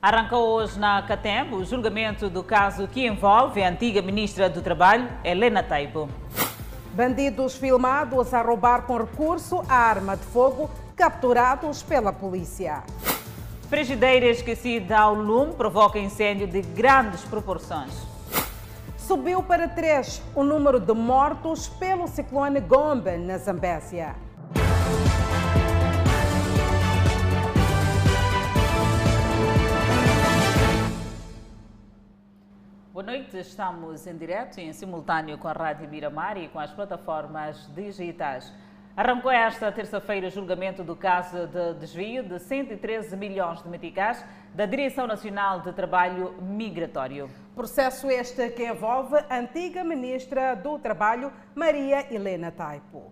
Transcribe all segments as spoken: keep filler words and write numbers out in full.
Arranca hoje na Catembo o julgamento do caso que envolve a antiga ministra do Trabalho, Helena Taipo. Bandidos filmados a roubar com recurso à arma de fogo, capturados pela polícia. Frigideira esquecida ao lume provoca incêndio de grandes proporções. Subiu para três o número de mortos pelo ciclone Gombe, na Zambésia. Boa noite, estamos em direto e em simultâneo com a Rádio Miramar e com as plataformas digitais. Arrancou esta terça-feira o julgamento do caso de desvio de cento e treze milhões de meticais da Direção Nacional de Trabalho Migratório. Processo este que envolve a antiga ministra do Trabalho, Maria Helena Taipo.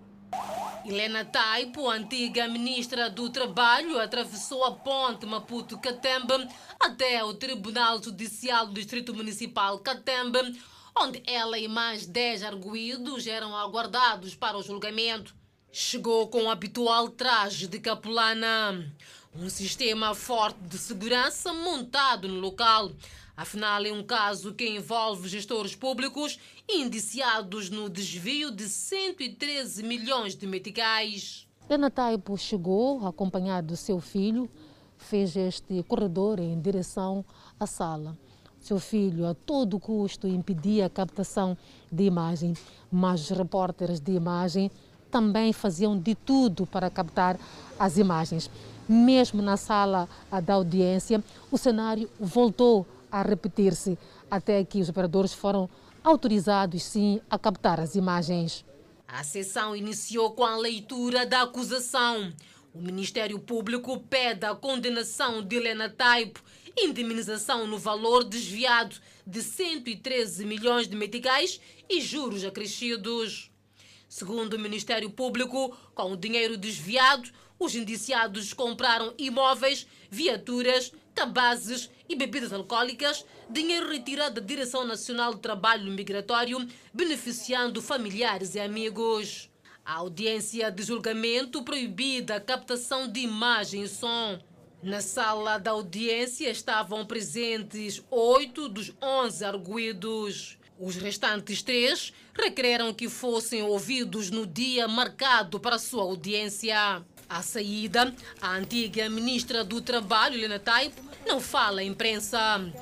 Helena Taipo, antiga ministra do Trabalho, atravessou a ponte Maputo-Catembe até o Tribunal Judicial do Distrito Municipal Catembe, onde ela e mais dez arguidos eram aguardados para o julgamento. Chegou com o habitual traje de capulana, um sistema forte de segurança montado no local. Afinal, é um caso que envolve gestores públicos indiciados no desvio de cento e treze milhões de meticais. Helena Taipo chegou acompanhado do seu filho, fez este corredor em direção à sala. Seu filho, a todo custo, impedia a captação de imagem, mas os repórteres de imagem também faziam de tudo para captar as imagens. Mesmo na sala da audiência, o cenário voltou a repetir-se, até que os operadores foram autorizados, sim, a captar as imagens. A sessão iniciou com a leitura da acusação. O Ministério Público pede a condenação de Helena Taipo, indemnização no valor desviado de cento e treze milhões de meticais e juros acrescidos. Segundo o Ministério Público, com o dinheiro desviado, os indiciados compraram imóveis, viaturas, cabazes e bebidas alcoólicas, dinheiro retirado da Direção Nacional de Trabalho Migratório, beneficiando familiares e amigos. A audiência de julgamento proibida a captação de imagem e som. Na sala da audiência estavam presentes oito dos onze arguidos. Os restantes três requereram que fossem ouvidos no dia marcado para sua audiência. À saída, a antiga ministra do Trabalho, Helena Taipo, não fala à imprensa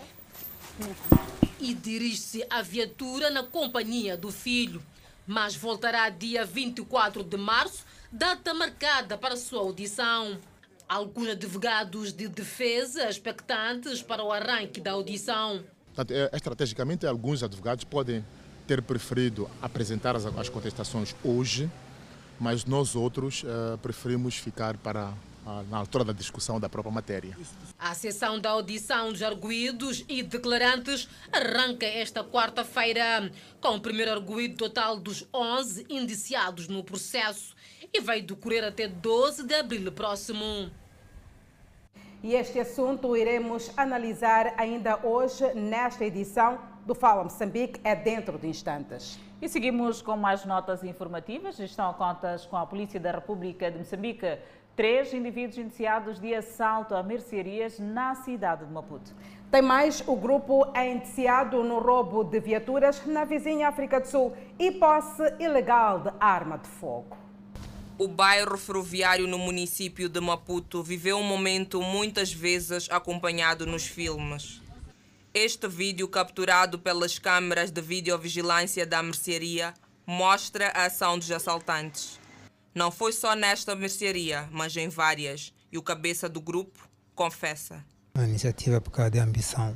e dirige-se à viatura na companhia do filho, mas voltará dia vinte e quatro de março, data marcada para sua audição. Alguns advogados de defesa expectantes para o arranque da audição. Estrategicamente, alguns advogados podem ter preferido apresentar as, as contestações hoje, mas nós outros uh, preferimos ficar para uh, na altura da discussão da própria matéria. A sessão da audição dos arguidos e declarantes arranca esta quarta-feira, com o primeiro arguido total dos onze indiciados no processo e vai decorrer até doze de abril próximo. E este assunto iremos analisar ainda hoje nesta edição do Fala Moçambique, é dentro de instantes. E seguimos com mais notas informativas. Estão a contas com a Polícia da República de Moçambique. Três indivíduos indiciados de assalto a mercearias na cidade de Maputo. Tem mais, o grupo é indiciado no roubo de viaturas na vizinha África do Sul e posse ilegal de arma de fogo. O bairro ferroviário no município de Maputo viveu um momento muitas vezes acompanhado nos filmes. Este vídeo, capturado pelas câmeras de videovigilância da mercearia, mostra a ação dos assaltantes. Não foi só nesta mercearia, mas em várias, e o cabeça do grupo confessa. A iniciativa é por causa de ambição.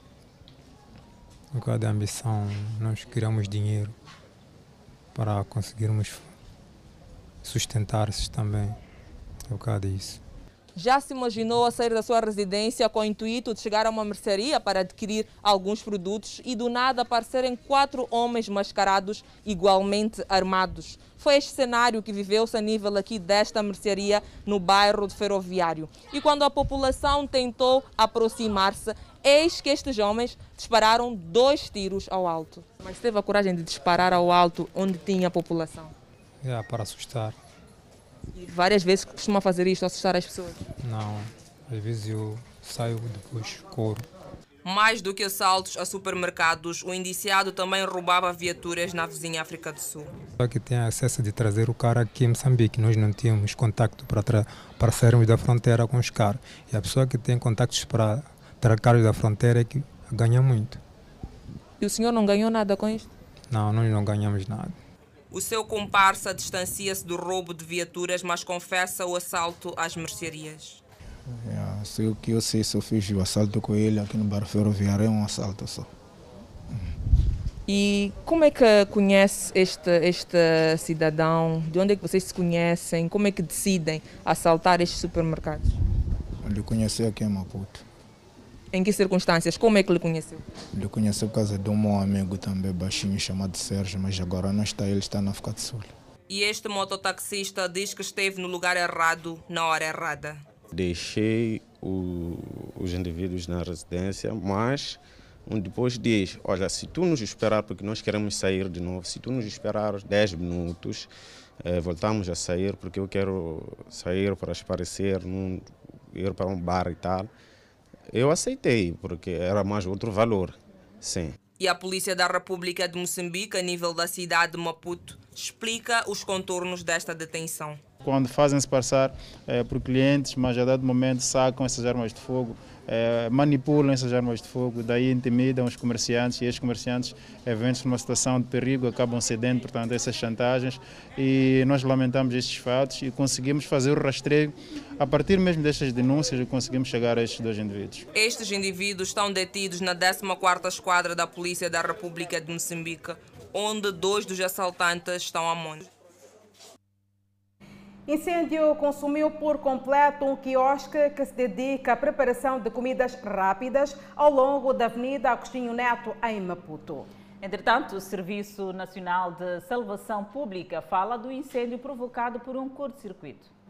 Por causa de ambição, nós criamos dinheiro para conseguirmos sustentar-se também. É por causa disso. Já se imaginou a sair da sua residência com o intuito de chegar a uma mercearia para adquirir alguns produtos e do nada aparecerem quatro homens mascarados igualmente armados? Foi este cenário que viveu-se a nível aqui desta mercearia no bairro de Ferroviário. E quando a população tentou aproximar-se, eis que estes homens dispararam dois tiros ao alto. Mas teve a coragem de disparar ao alto onde tinha a população? É, para assustar. E várias vezes costuma fazer isto, assustar as pessoas? Não, Às vezes eu saio depois, corro. Mais do que assaltos a supermercados, o indiciado também roubava viaturas na vizinha África do Sul. Só que tem acesso de trazer o cara aqui em Moçambique. Nós não tínhamos contacto para, tra- para sairmos da fronteira com os caras. E a pessoa que tem contactos para trazer carros da fronteira é que ganha muito. E o senhor não ganhou nada com isto? Não, nós não ganhamos nada. O seu comparsa distancia-se do roubo de viaturas, mas confessa o assalto às mercearias. É, sei o que eu sei, se eu fiz o assalto com ele aqui no bar ferroviário, é um assalto só. E como é que conhece este, este cidadão? De onde é que vocês se conhecem? Como é que decidem assaltar estes supermercados? Ele conheceu aqui em Maputo. Em que circunstâncias? Como é que ele conheceu? Ele conheceu por causa de um meu amigo também baixinho chamado Sérgio, mas agora não está, ele está na África do Sul. E este mototaxista diz que esteve no lugar errado na hora errada. Deixei o, os indivíduos na residência, mas depois diz, olha, se tu nos esperar, porque nós queremos sair de novo, se tu nos esperar dez minutos, eh, voltamos a sair, porque eu quero sair para esparecer, num, ir para um bar e tal. Eu aceitei, porque era mais outro valor, sim. E a Polícia da República de Moçambique, a nível da cidade de Maputo, explica os contornos desta detenção. Quando fazem-se passar eh, por clientes, mas a dado momento sacam essas armas de fogo, eh, manipulam essas armas de fogo, daí intimidam os comerciantes e esses comerciantes, eh, vendo-se numa situação de perigo, acabam cedendo, portanto, essas chantagens, e nós lamentamos estes fatos e conseguimos fazer o rastreio. A partir mesmo destas denúncias, conseguimos chegar a estes dois indivíduos. Estes indivíduos estão detidos na décima quarta Esquadra da Polícia da República de Moçambique, onde dois dos assaltantes estão a monte. Incêndio consumiu por completo um quiosque que se dedica à preparação de comidas rápidas ao longo da Avenida Agostinho Neto, em Maputo. Entretanto, o Serviço Nacional de Salvação Pública fala do incêndio provocado por um curto-circuito.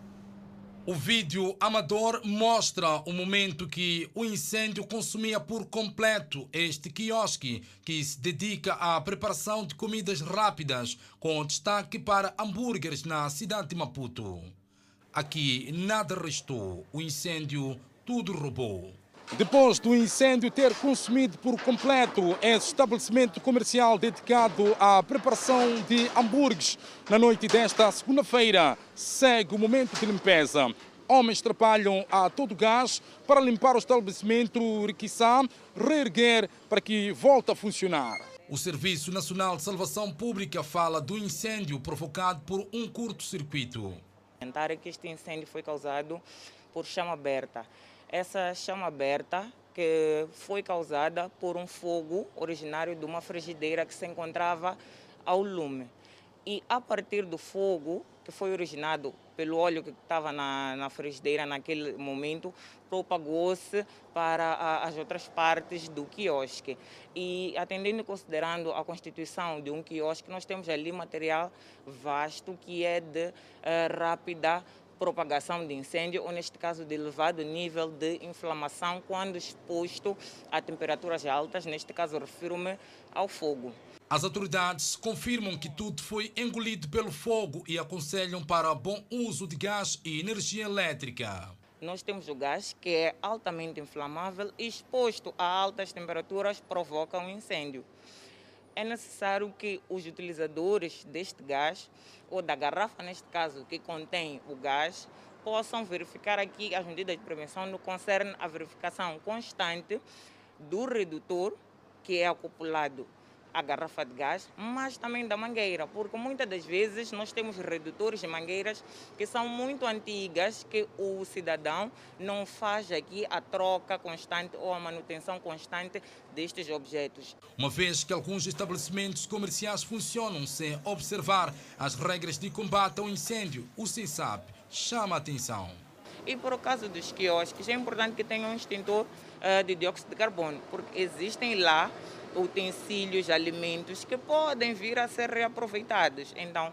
O vídeo amador mostra o momento que o incêndio consumia por completo este quiosque, que se dedica à preparação de comidas rápidas, com destaque para hambúrgueres na cidade de Maputo. Aqui nada restou, o incêndio tudo roubou. Depois do incêndio ter consumido por completo esse estabelecimento comercial dedicado à preparação de hambúrgueres na noite desta segunda-feira, segue o momento de limpeza. Homens trabalham a todo gás para limpar o estabelecimento e, quiçá, reerguer para que volte a funcionar. O Serviço Nacional de Salvação Pública fala do incêndio provocado por um curto-circuito. É que este incêndio foi causado por chama aberta. Essa chama aberta que foi causada por um fogo originário de uma frigideira que se encontrava ao lume. E a partir do fogo, que foi originado pelo óleo que estava na, na frigideira naquele momento, propagou-se para a, as outras partes do quiosque. E atendendo e considerando a constituição de um quiosque, nós temos ali material vasto que é de uh, rápida propagação de incêndio, ou neste caso de elevado nível de inflamação quando exposto a temperaturas altas, neste caso refiro-me ao fogo. As autoridades confirmam que tudo foi engolido pelo fogo e aconselham para bom uso de gás e energia elétrica. Nós temos o gás que é altamente inflamável e exposto a altas temperaturas provoca um incêndio. É necessário que os utilizadores deste gás, ou da garrafa, neste caso, que contém o gás, possam verificar aqui as medidas de prevenção no que concerne à verificação constante do redutor, que é acoplado à garrafa de gás, mas também da mangueira, porque muitas das vezes nós temos redutores de mangueiras que são muito antigas, que o cidadão não faz aqui a troca constante ou a manutenção constante destes objetos. Uma vez que alguns estabelecimentos comerciais funcionam sem observar as regras de combate ao incêndio, o SENSAP chama a atenção. E por causa dos quiosques, é importante que tenham um extintor uh, de dióxido de carbono, porque existem lá utensílios, alimentos que podem vir a ser reaproveitados. Então,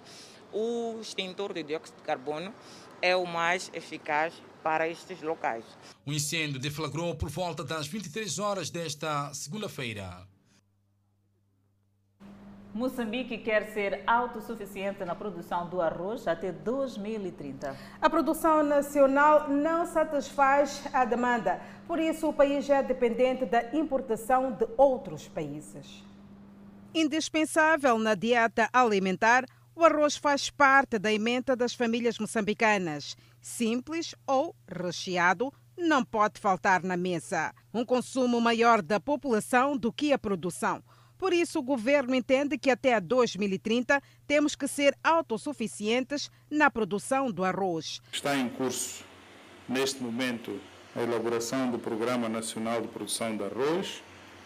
o extintor de dióxido de carbono é o mais eficaz para estes locais. O incêndio deflagrou por volta das vinte e três horas desta segunda-feira. Moçambique quer ser autossuficiente na produção do arroz até dois mil e trinta. A produção nacional não satisfaz a demanda, por isso o país é dependente da importação de outros países. Indispensável na dieta alimentar, o arroz faz parte da emenda das famílias moçambicanas. Simples ou recheado, não pode faltar na mesa. Um consumo maior da população do que a produção. Por isso, o governo entende que até dois mil e trinta temos que ser autossuficientes na produção do arroz. Está em curso, neste momento, a elaboração do Programa Nacional de Produção de Arroz.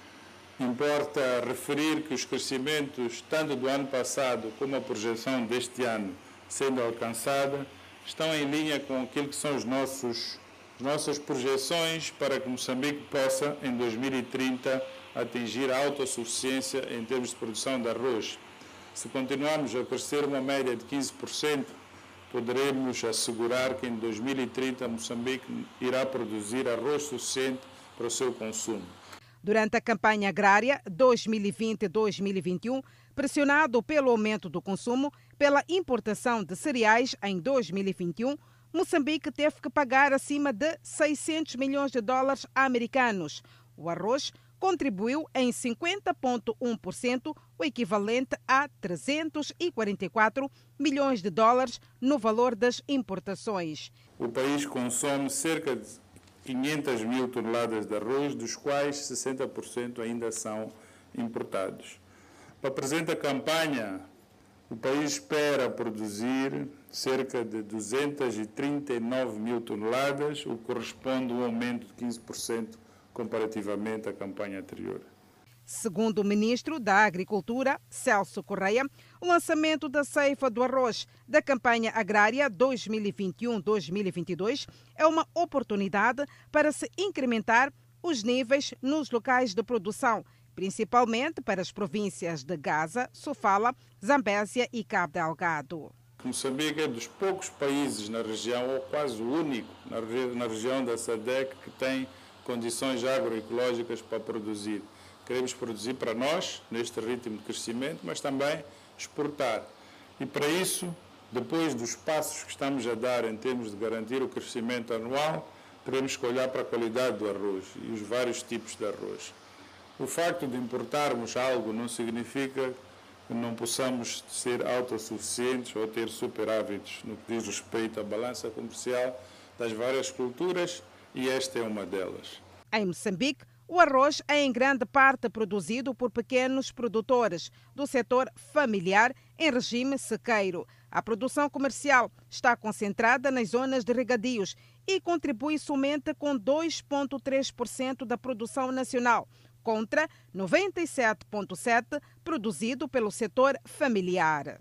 Importa referir que os crescimentos, tanto do ano passado como a projeção deste ano sendo alcançada, estão em linha com aquilo que são os nossos, as nossas projeções para que Moçambique possa, em dois mil e trinta, atingir a autossuficiência em termos de produção de arroz. Se continuarmos a crescer uma média de quinze por cento, poderemos assegurar que em dois mil e trinta Moçambique irá produzir arroz suficiente para o seu consumo. Durante a campanha agrária dois mil e vinte a dois mil e vinte e um, pressionado pelo aumento do consumo pela importação de cereais em dois mil e vinte e um, Moçambique teve que pagar acima de seiscentos milhões de dólares americanos. O arroz contribuiu em cinquenta vírgula um por cento, o equivalente a trezentos e quarenta e quatro milhões de dólares no valor das importações. O país consome cerca de quinhentas mil toneladas de arroz, dos quais sessenta por cento ainda são importados. Para a presente campanha, o país espera produzir cerca de duzentas e trinta e nove mil toneladas, o que corresponde a um aumento de quinze por cento comparativamente à campanha anterior. Segundo o ministro da Agricultura, Celso Correia, o lançamento da ceifa do arroz da campanha agrária dois mil e vinte e um a dois mil e vinte e dois é uma oportunidade para se incrementar os níveis nos locais de produção, principalmente para as províncias de Gaza, Sofala, Zambésia e Cabo Delgado. Moçambique é dos poucos países na região, ou quase o único, na, na região da SADC, que tem condições agroecológicas para produzir. Queremos produzir para nós, neste ritmo de crescimento, mas também exportar. E para isso, depois dos passos que estamos a dar em termos de garantir o crescimento anual, teremos que olhar para a qualidade do arroz e os vários tipos de arroz. O facto de importarmos algo não significa que não possamos ser autossuficientes ou ter superávites no que diz respeito à balança comercial das várias culturas, e esta é uma delas. Em Moçambique, o arroz é em grande parte produzido por pequenos produtores do setor familiar em regime sequeiro. A produção comercial está concentrada nas zonas de regadios e contribui somente com dois vírgula três por cento da produção nacional, contra noventa e sete vírgula sete por cento produzido pelo setor familiar.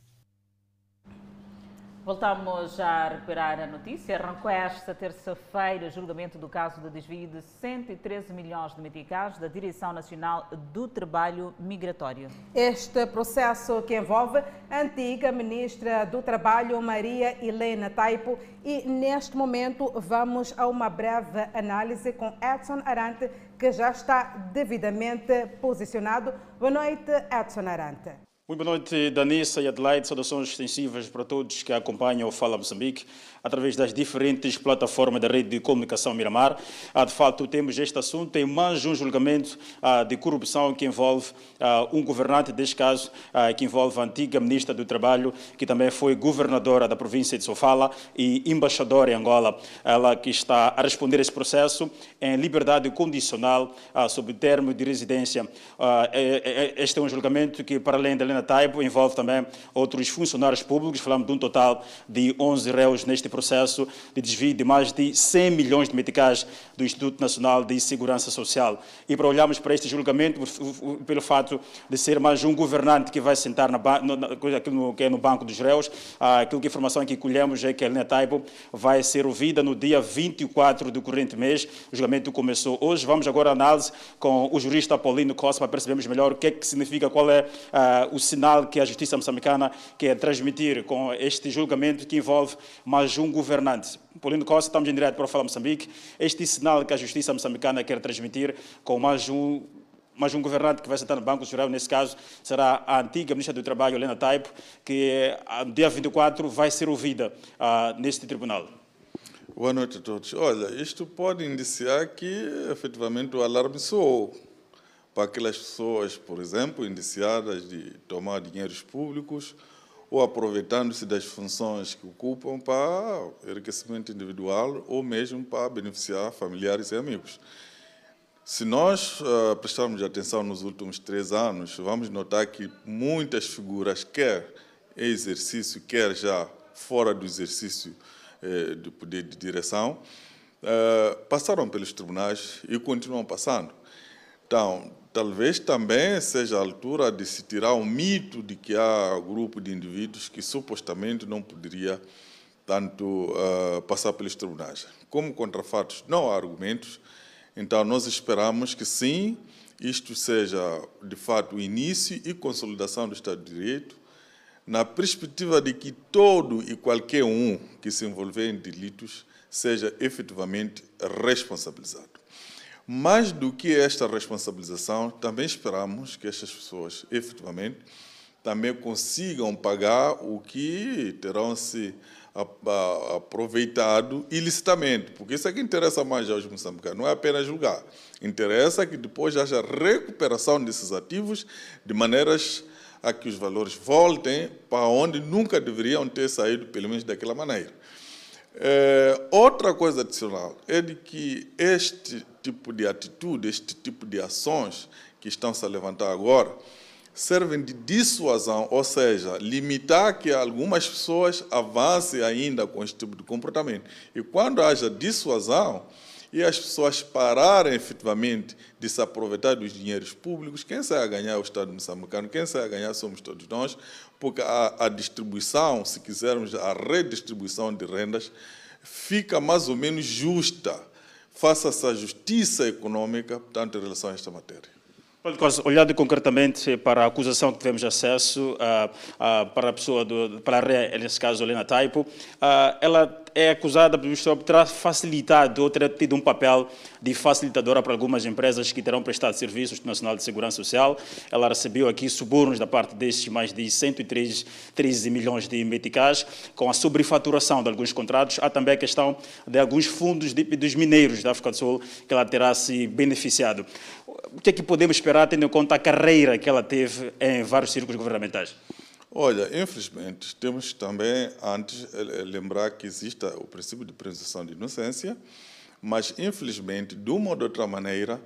Voltamos a recuperar a notícia. Arrancou esta terça-feira o julgamento do caso de desvio de cento e treze milhões de meticais da Direção Nacional do Trabalho Migratório. Este processo que envolve a antiga ministra do Trabalho, Maria Helena Taipo, e neste momento vamos a uma breve análise com Edson Arante, que já está devidamente posicionado. Boa noite, Edson Arante. Muito boa noite, Danissa e Adelaide. Saudações extensivas para todos que acompanham o Fala Moçambique através das diferentes plataformas da rede de comunicação Miramar. De fato, temos este assunto em mais um julgamento de corrupção que envolve um governante, deste caso, que envolve a antiga ministra do Trabalho, que também foi governadora da província de Sofala e embaixadora em Angola. Ela que está a responder a esse processo em liberdade condicional sob termo de residência. Este é um julgamento que, para além da Taipo, envolve também outros funcionários públicos. Falamos de um total de onze réus neste processo de desvio de mais de cem milhões de meticais do Instituto Nacional de Segurança Social. E para olharmos para este julgamento, pelo fato de ser mais um governante que vai sentar na, na, aquilo que é no banco dos réus, aquilo que a informação que colhemos é que a Helena Taipo vai ser ouvida no dia vinte e quatro do corrente mês. O julgamento começou hoje. Vamos agora à análise com o jurista Paulino Costa para percebermos melhor o que é que significa, qual é uh, o sinal que a justiça moçambicana quer transmitir com este julgamento que envolve mais um governante. Paulino Costa, estamos em direto para o Fala Moçambique. Este sinal que a justiça moçambicana quer transmitir com mais um mas um governante que vai sentar no Banco Geral, nesse caso, será a antiga Ministra do Trabalho, Helena Taipo, que no dia vinte e quatro vai ser ouvida uh, neste tribunal. Boa noite a todos. Olha, isto pode indiciar que, efetivamente, o alarme soou para aquelas pessoas, por exemplo, indiciadas de tomar dinheiros públicos ou aproveitando-se das funções que ocupam para enriquecimento individual ou mesmo para beneficiar familiares e amigos. Se nós uh, prestarmos atenção nos últimos três anos, vamos notar que muitas figuras, quer em exercício, quer já fora do exercício eh, do poder de direção, uh, passaram pelos tribunais e continuam passando. Então, talvez também seja a altura de se tirar o mito de que há um grupo de indivíduos que supostamente não poderia tanto uh, passar pelos tribunais. Como contrafatos não há argumentos, então nós esperamos que sim, isto seja de fato o início e consolidação do Estado de Direito, na perspectiva de que todo e qualquer um que se envolver em delitos seja efetivamente responsabilizado. Mais do que esta responsabilização, também esperamos que estas pessoas, efetivamente, também consigam pagar o que terão se aproveitado ilicitamente, porque isso é que interessa mais aos moçambicanos, não é apenas julgar. Interessa que depois haja recuperação desses ativos de maneiras a que os valores voltem para onde nunca deveriam ter saído, pelo menos daquela maneira. É, outra coisa adicional é de que este tipo de atitude, este tipo de ações que estão se a levantar agora, servem de dissuasão, ou seja, limitar que algumas pessoas avancem ainda com este tipo de comportamento. E quando haja dissuasão e as pessoas pararem efetivamente de se aproveitar dos dinheiros públicos, quem sai a ganhar é o Estado moçambicano, quem sai a ganhar somos todos nós, porque a, a distribuição, se quisermos, a redistribuição de rendas, fica mais ou menos justa. Faça-se a justiça econômica, portanto, em relação a esta matéria. Olhando concretamente para a acusação que tivemos acesso, uh, uh, para a pessoa, do, para a ré, nesse caso, Helena Taipo, uh, ela é acusada por ter facilitado ou ter tido um papel de facilitadora para algumas empresas que terão prestado serviços do Nacional de Segurança Social. Ela recebeu aqui subornos da parte destes mais de cento e treze milhões de meticais, com a sobrefaturação de alguns contratos. Há também a questão de alguns fundos de, dos mineiros da África do Sul que ela terá se beneficiado. O que é que podemos esperar, tendo em conta a carreira que ela teve em vários círculos governamentais? Olha, infelizmente, temos também, antes, lembrar que existe o princípio de presunção de inocência, mas, infelizmente, de uma ou de outra maneira,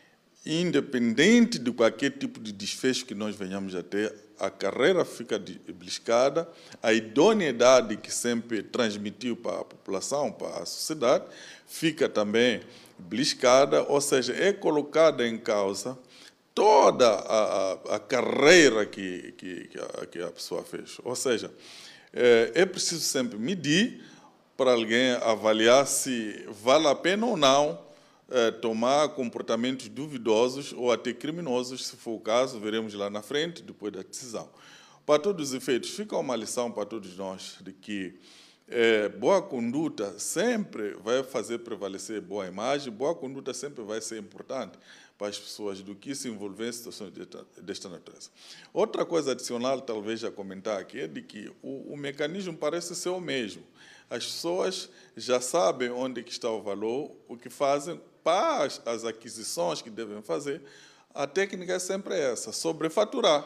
independente de qualquer tipo de desfecho que nós venhamos a ter, a carreira fica beliscada, a idoneidade que sempre transmitiu para a população, para a sociedade, fica também beliscada, ou seja, é colocada em causa toda a, a, a carreira que, que, que, a, que a pessoa fez. Ou seja, é, é preciso sempre medir para alguém avaliar se vale a pena ou não é, tomar comportamentos duvidosos ou até criminosos, se for o caso, veremos lá na frente, depois da decisão. Para todos os efeitos, fica uma lição para todos nós de que É, boa conduta sempre vai fazer prevalecer boa imagem, boa conduta sempre vai ser importante para as pessoas do que se envolver em situações desta, desta natureza. Outra coisa adicional, talvez a comentar aqui, é de que o, o mecanismo parece ser o mesmo. As pessoas já sabem onde que está o valor, o que fazem para as, as aquisições que devem fazer. A técnica é sempre essa, sobrefaturar.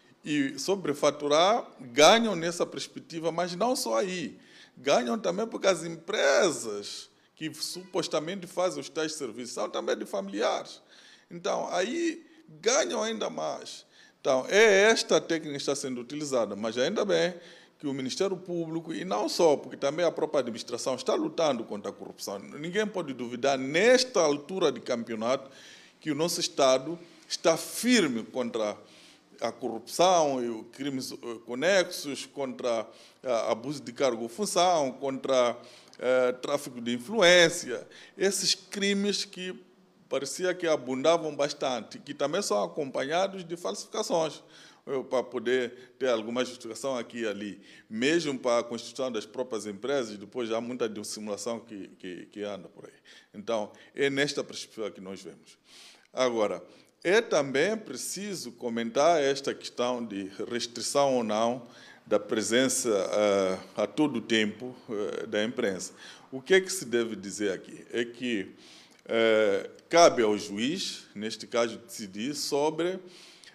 E sobrefaturar ganham nessa perspectiva, mas não só aí. Ganham também porque as empresas que supostamente fazem os tais serviços são também de familiares. Então, aí ganham ainda mais. Então, é esta técnica que está sendo utilizada, mas ainda bem que o Ministério Público, e não só, porque também a própria administração está lutando contra a corrupção. Ninguém pode duvidar, nesta altura de campeonato, que o nosso Estado está firme contra a corrupção e os crimes conexos, contra abuso de cargo ou função, contra eh, tráfico de influência, esses crimes que parecia que abundavam bastante, que também são acompanhados de falsificações, para poder ter alguma justificação aqui e ali, mesmo para a constituição das próprias empresas, depois há muita dissimulação que, que, que anda por aí. Então, é nesta perspectiva que nós vemos. Agora, É também preciso comentar esta questão de restrição ou não da presença uh, a todo tempo uh, da imprensa. O que é que se deve dizer aqui? É que uh, cabe ao juiz, neste caso, decidir sobre uh,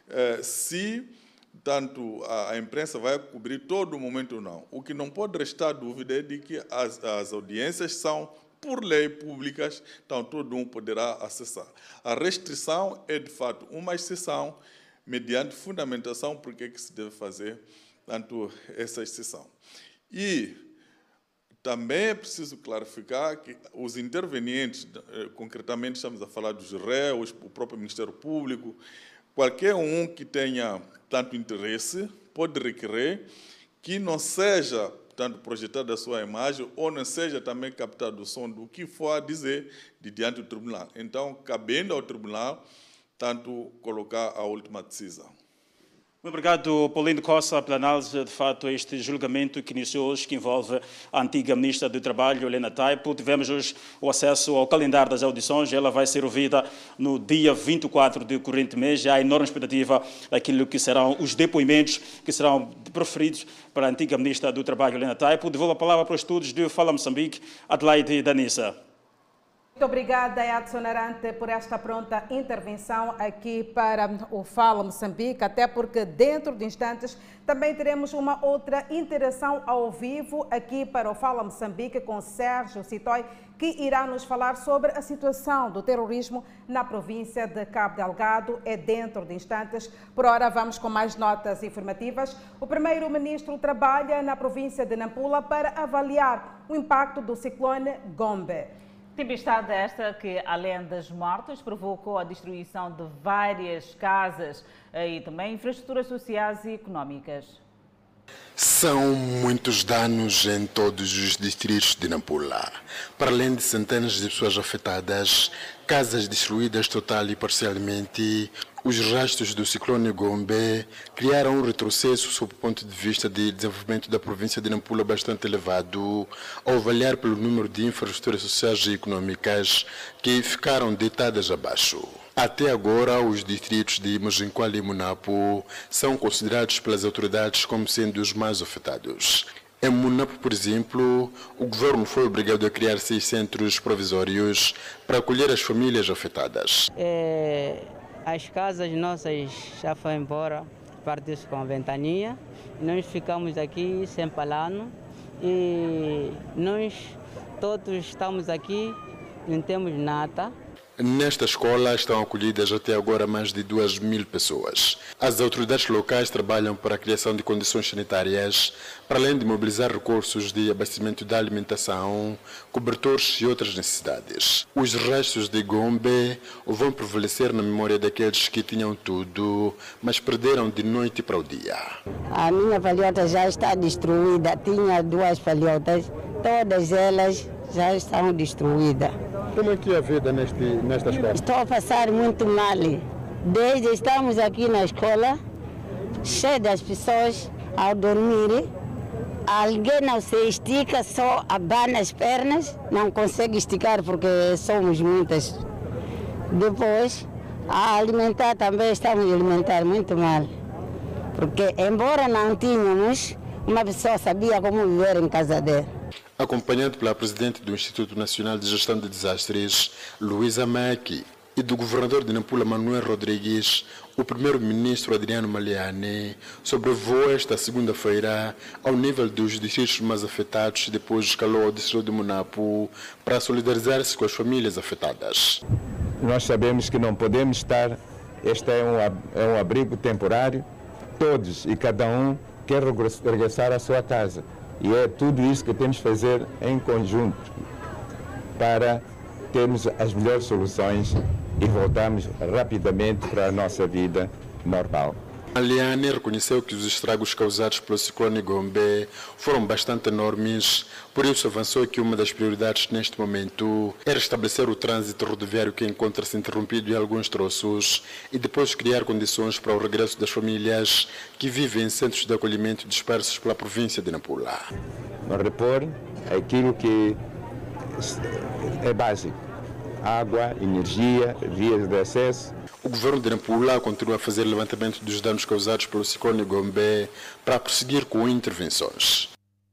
se tanto a, a imprensa vai cobrir todo o momento ou não. O que não pode restar dúvida é de que as, as audiências são, por lei, públicas, então todo mundo poderá acessar. A restrição é, de fato, uma exceção, mediante fundamentação, porque é que se deve fazer tanto essa exceção. E também é preciso clarificar que os intervenientes, concretamente estamos a falar dos réus, o próprio Ministério Público, qualquer um que tenha tanto interesse pode requerer que não seja tanto projetada a sua imagem ou não seja também captado o som do que for a dizer de diante do tribunal. Então, cabendo ao tribunal, tanto colocar a última decisão. Muito obrigado, Paulinho Costa, pela análise. De fato, este julgamento que iniciou hoje, que envolve a antiga Ministra do Trabalho, Helena Taipo. Tivemos hoje o acesso ao calendário das audições. Ela vai ser ouvida no dia vinte e quatro do corrente mês. Há enorme expectativa daquilo que serão os depoimentos que serão proferidos para a antiga Ministra do Trabalho, Helena Taipo. Devolvo a palavra para os estudos de Fala Moçambique, Adelaide Danissa. Muito obrigada, Edson Arante, por esta pronta intervenção aqui para o Fala Moçambique, até porque dentro de instantes também teremos uma outra interação ao vivo aqui para o Fala Moçambique com Sérgio Citói, que irá nos falar sobre a situação do terrorismo na província de Cabo Delgado. É dentro de instantes. Por hora, vamos com mais notas informativas. O primeiro-ministro trabalha na província de Nampula para avaliar o impacto do ciclone Gombe. Tempestade esta que, além das mortes, provocou a destruição de várias casas e também infraestruturas sociais e económicas. São muitos danos em todos os distritos de Nampula. Para além de centenas de pessoas afetadas, casas destruídas total e parcialmente, os rastros do ciclone Gombe criaram um retrocesso sob o ponto de vista de desenvolvimento da província de Nampula bastante elevado, ao avaliar pelo número de infraestruturas sociais e econômicas que ficaram deitadas abaixo. Até agora, os distritos de Mojenqual e Munapo são considerados pelas autoridades como sendo os mais afetados. Em Munapo, por exemplo, o governo foi obrigado a criar seis centros provisórios para acolher as famílias afetadas. É, as casas nossas já foram embora, partiu-se com a ventania. Nós ficamos aqui sem palano e nós todos estamos aqui, não temos nada. Nesta escola estão acolhidas até agora mais de duas mil pessoas. As autoridades locais trabalham para a criação de condições sanitárias, para além de mobilizar recursos de abastecimento da alimentação, cobertores e outras necessidades. Os restos de Gombe vão prevalecer na memória daqueles que tinham tudo, mas perderam de noite para o dia. A minha palhota já está destruída. Tinha duas palhotas, todas elas já estão destruídas. Como é que é a vida neste, nesta escola? Estou a passar muito mal. Desde estamos aqui na escola, cheio das pessoas ao dormir. Alguém não se estica, só abana as pernas, não consegue esticar porque somos muitas. Depois, a alimentar também estamos a alimentar muito mal. Porque embora não tínhamos, uma pessoa sabia como viver em casa dela. Acompanhado pela presidente do Instituto Nacional de Gestão de Desastres, Luísa Maki, e do governador de Nampula, Manuel Rodrigues, o primeiro-ministro Adriano Maliane sobrevoou esta segunda-feira ao nível dos distritos mais afetados, depois escalou ao distrito de Munapo para solidarizar-se com as famílias afetadas. Nós sabemos que não podemos estar, este é um, é um abrigo temporário, todos e cada um quer regressar à sua casa. E é tudo isso que temos que fazer em conjunto para termos as melhores soluções e voltarmos rapidamente para a nossa vida normal. Maliane reconheceu que os estragos causados pelo ciclone Gombe foram bastante enormes, por isso avançou que uma das prioridades neste momento é restabelecer o trânsito rodoviário que encontra-se interrompido em alguns troços e depois criar condições para o regresso das famílias que vivem em centros de acolhimento dispersos pela província de Nampula. Repor aquilo que é básico, água, energia, vias de acesso. O governo de Nampula continua a fazer levantamento dos danos causados pelo ciclone Gombe para prosseguir com intervenções.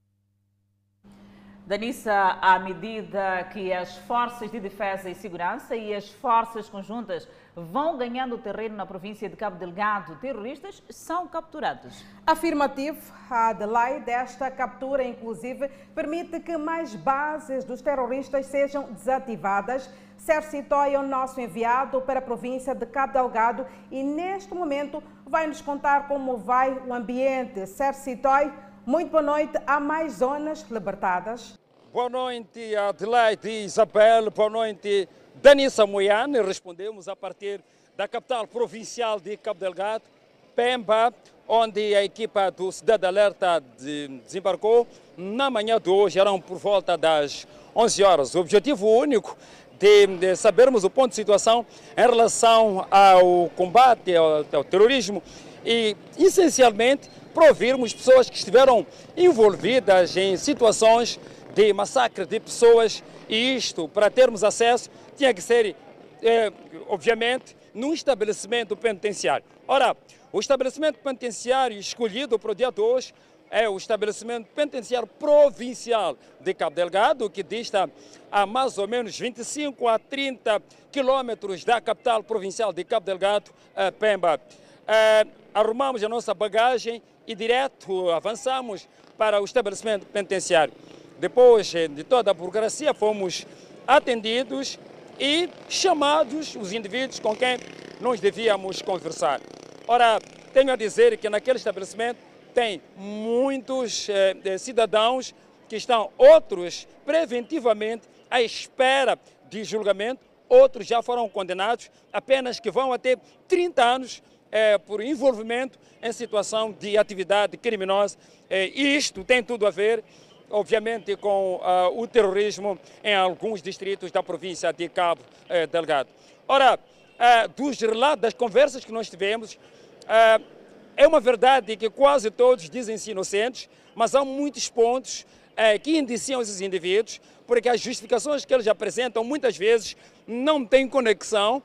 Danissa, à medida que as forças de defesa e segurança e as forças conjuntas vão ganhando terreno na província de Cabo Delgado, terroristas são capturados. Afirmativo, a delay desta captura, inclusive, permite que mais bases dos terroristas sejam desativadas. Sérgio Citói é o nosso enviado para a província de Cabo Delgado e, neste momento, vai nos contar como vai o ambiente. Sérgio Citói, muito boa noite. Há mais zonas libertadas? Boa noite, Adelaide e Isabel. Boa noite, Danissa Moiane. Respondemos a partir da capital provincial de Cabo Delgado, Pemba, onde a equipa do Cidade Alerta desembarcou na manhã de hoje, eram por volta das onze horas. O objetivo único de, de sabermos o ponto de situação em relação ao combate ao, ao terrorismo e, essencialmente, para ouvirmos pessoas que estiveram envolvidas em situações de massacre de pessoas, e isto, para termos acesso, tinha que ser, eh, obviamente, num estabelecimento penitenciário. Ora, o estabelecimento penitenciário escolhido para o dia de hoje é o estabelecimento penitenciário provincial de Cabo Delgado, que dista a mais ou menos vinte e cinco a trinta quilômetros da capital provincial de Cabo Delgado, eh, Pemba. Eh, arrumamos a nossa bagagem e direto avançamos para o estabelecimento penitenciário. Depois de toda a burocracia, fomos atendidos e chamados os indivíduos com quem nós devíamos conversar. Ora, tenho a dizer que naquele estabelecimento tem muitos eh, cidadãos que estão, outros preventivamente à espera de julgamento, outros já foram condenados, apenas que vão até trinta anos eh, por envolvimento em situação de atividade criminosa. Eh, e isto tem tudo a ver, obviamente, com uh, o terrorismo em alguns distritos da província de Cabo uh, Delgado. Ora, uh, dos relatos, das conversas que nós tivemos, uh, é uma verdade que quase todos dizem-se inocentes, mas há muitos pontos uh, que indiciam esses indivíduos, porque as justificações que eles apresentam muitas vezes não têm conexão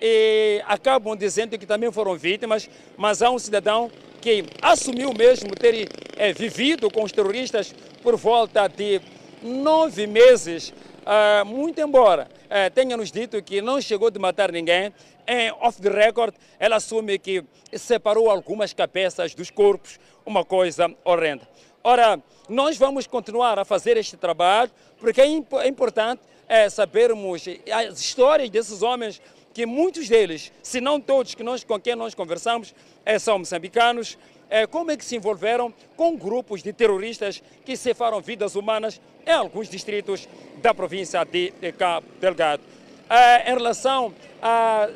e acabam dizendo que também foram vítimas, mas há um cidadão que assumiu mesmo ter é, vivido com os terroristas por volta de nove meses, uh, muito embora uh, tenha nos dito que não chegou de matar ninguém, em off the record ela assume que separou algumas cabeças dos corpos, uma coisa horrenda. Ora, nós vamos continuar a fazer este trabalho, porque é, imp é importante é, sabermos as histórias desses homens, que muitos deles, se não todos que nós, com quem nós conversamos, é, são moçambicanos, é, como é que se envolveram com grupos de terroristas que cefaram vidas humanas em alguns distritos da província de, de Cabo Delgado. É, em relação à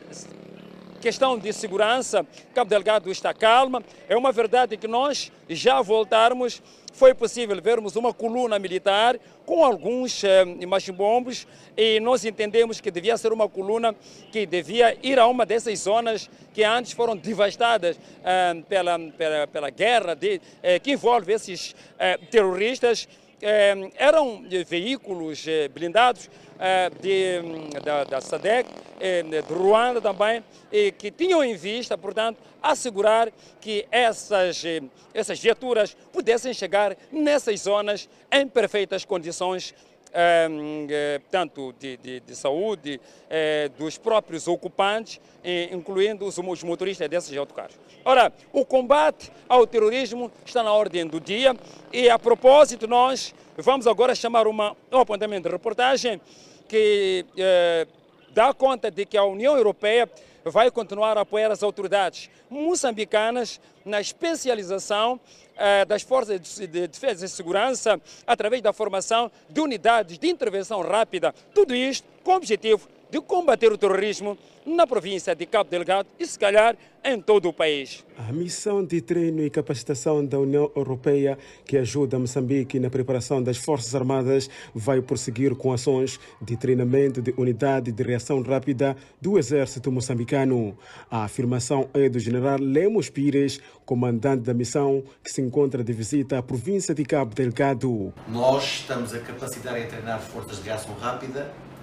questão de segurança, Cabo Delgado está calma. É uma verdade que nós já voltarmos, foi possível vermos uma coluna militar com alguns eh, machimbombos e nós entendemos que devia ser uma coluna que devia ir a uma dessas zonas que antes foram devastadas eh, pela, pela, pela guerra de, eh, que envolve esses eh, terroristas. Eh, eram veículos eh, blindados eh, de, da, da S A D C, eh, de Ruanda também, e que tinham em vista, portanto, assegurar que essas, eh, essas viaturas pudessem chegar nessas zonas em perfeitas condições, eh, eh, tanto de, de, de saúde eh, dos próprios ocupantes, eh, incluindo os, os motoristas desses autocarros. Ora, o combate ao terrorismo está na ordem do dia e, a propósito, nós vamos agora chamar uma, um apontamento de reportagem que eh, dá conta de que a União Europeia vai continuar a apoiar as autoridades moçambicanas na especialização eh, das forças de, de defesa e segurança através da formação de unidades de intervenção rápida. Tudo isto com o objetivo de combater o terrorismo na província de Cabo Delgado e, se calhar, em todo o país. A missão de treino e capacitação da União Europeia, que ajuda Moçambique na preparação das Forças Armadas, vai prosseguir com ações de treinamento de unidade de reação rápida do Exército moçambicano. A afirmação é do general Lemos Pires, comandante da missão, que se encontra de visita à província de Cabo Delgado. Nós estamos a capacitar e a treinar forças de reação rápida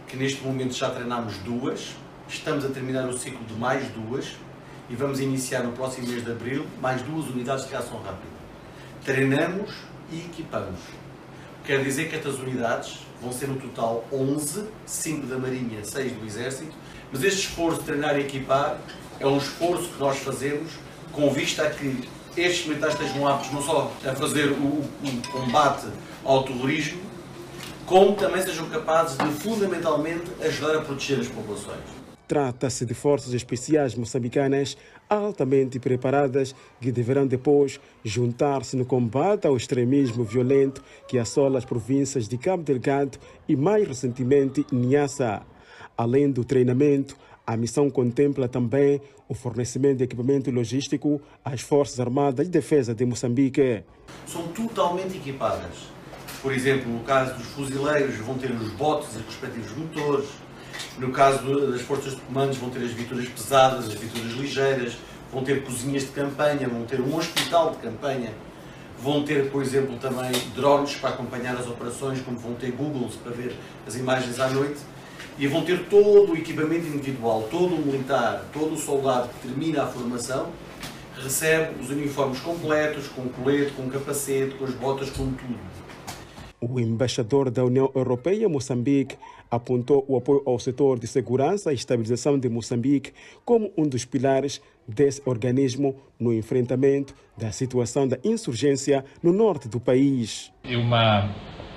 que neste momento já treinámos duas, estamos a terminar o ciclo de mais duas e vamos iniciar no próximo mês de abril mais duas unidades de reação rápida. Treinamos e equipamos. Quer dizer que estas unidades vão ser no total onze, cinco da Marinha, seis do Exército, mas este esforço de treinar e equipar é um esforço que nós fazemos com vista a que estes militares estejam aptos não só a fazer o, o combate ao terrorismo, como também sejam capazes de, fundamentalmente, ajudar a proteger as populações. Trata-se de forças especiais moçambicanas altamente preparadas que deverão depois juntar-se no combate ao extremismo violento que assola as províncias de Cabo Delgado e, mais recentemente, Niassa. Além do treinamento, a missão contempla também o fornecimento de equipamento logístico às Forças Armadas de Defesa de Moçambique. São totalmente equipadas. Por exemplo, no caso dos fuzileiros, vão ter os botes e os respectivos motores. No caso das forças de comandos, vão ter as viaturas pesadas, as viaturas ligeiras, vão ter cozinhas de campanha, vão ter um hospital de campanha, vão ter, por exemplo, também drones para acompanhar as operações, como vão ter Googles para ver as imagens à noite, e vão ter todo o equipamento individual, todo o militar, todo o soldado que termina a formação, recebe os uniformes completos, com colete, com capacete, com as botas, com tudo. O embaixador da União Europeia em Moçambique apontou o apoio ao setor de segurança e estabilização de Moçambique como um dos pilares desse organismo no enfrentamento da situação da insurgência no norte do país. É uma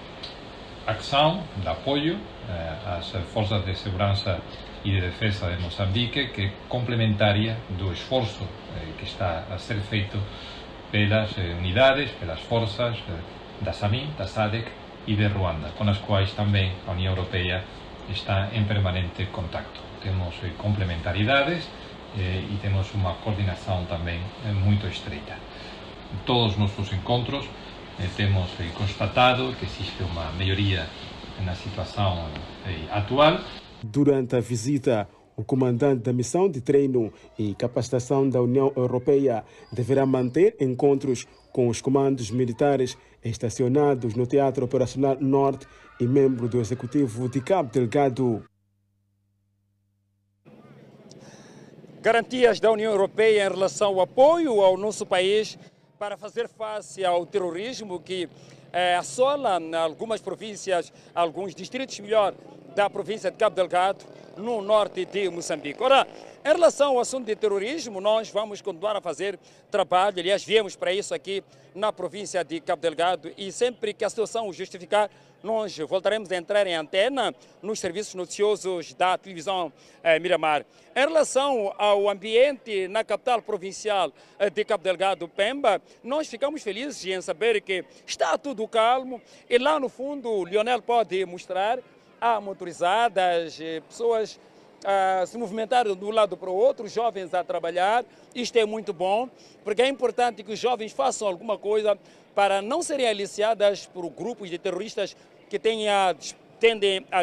ação de apoio às forças de segurança e de defesa de Moçambique que é complementária do esforço que está a ser feito pelas unidades, pelas forças da SAMIM, da SADC e de Ruanda, com as quais também a União Europeia está em permanente contacto. Temos complementaridades eh, e temos uma coordenação também eh, muito estreita. Em todos os nossos encontros eh, temos eh, constatado que existe uma melhoria na situação eh, atual. Durante a visita, o comandante da missão de treino e capacitação da União Europeia deverá manter encontros com os comandos militares estacionados no Teatro Operacional Norte e membro do Executivo de Cabo Delgado. Garantias da União Europeia em relação ao apoio ao nosso país para fazer face ao terrorismo que eh, assola algumas províncias, alguns distritos, melhor, da província de Cabo Delgado, no norte de Moçambique. Ora, em relação ao assunto de terrorismo, nós vamos continuar a fazer trabalho, aliás, viemos para isso aqui na província de Cabo Delgado e sempre que a situação o justificar, nós voltaremos a entrar em antena nos serviços noticiosos da televisão eh, Miramar. Em relação ao ambiente na capital provincial eh, de Cabo Delgado, Pemba, nós ficamos felizes em saber que está tudo calmo e lá no fundo o Lionel pode mostrar há motorizadas, pessoas a se movimentar de um lado para o outro, jovens a trabalhar. Isto é muito bom, porque é importante que os jovens façam alguma coisa para não serem aliciadas por grupos de terroristas que tenha, tendem a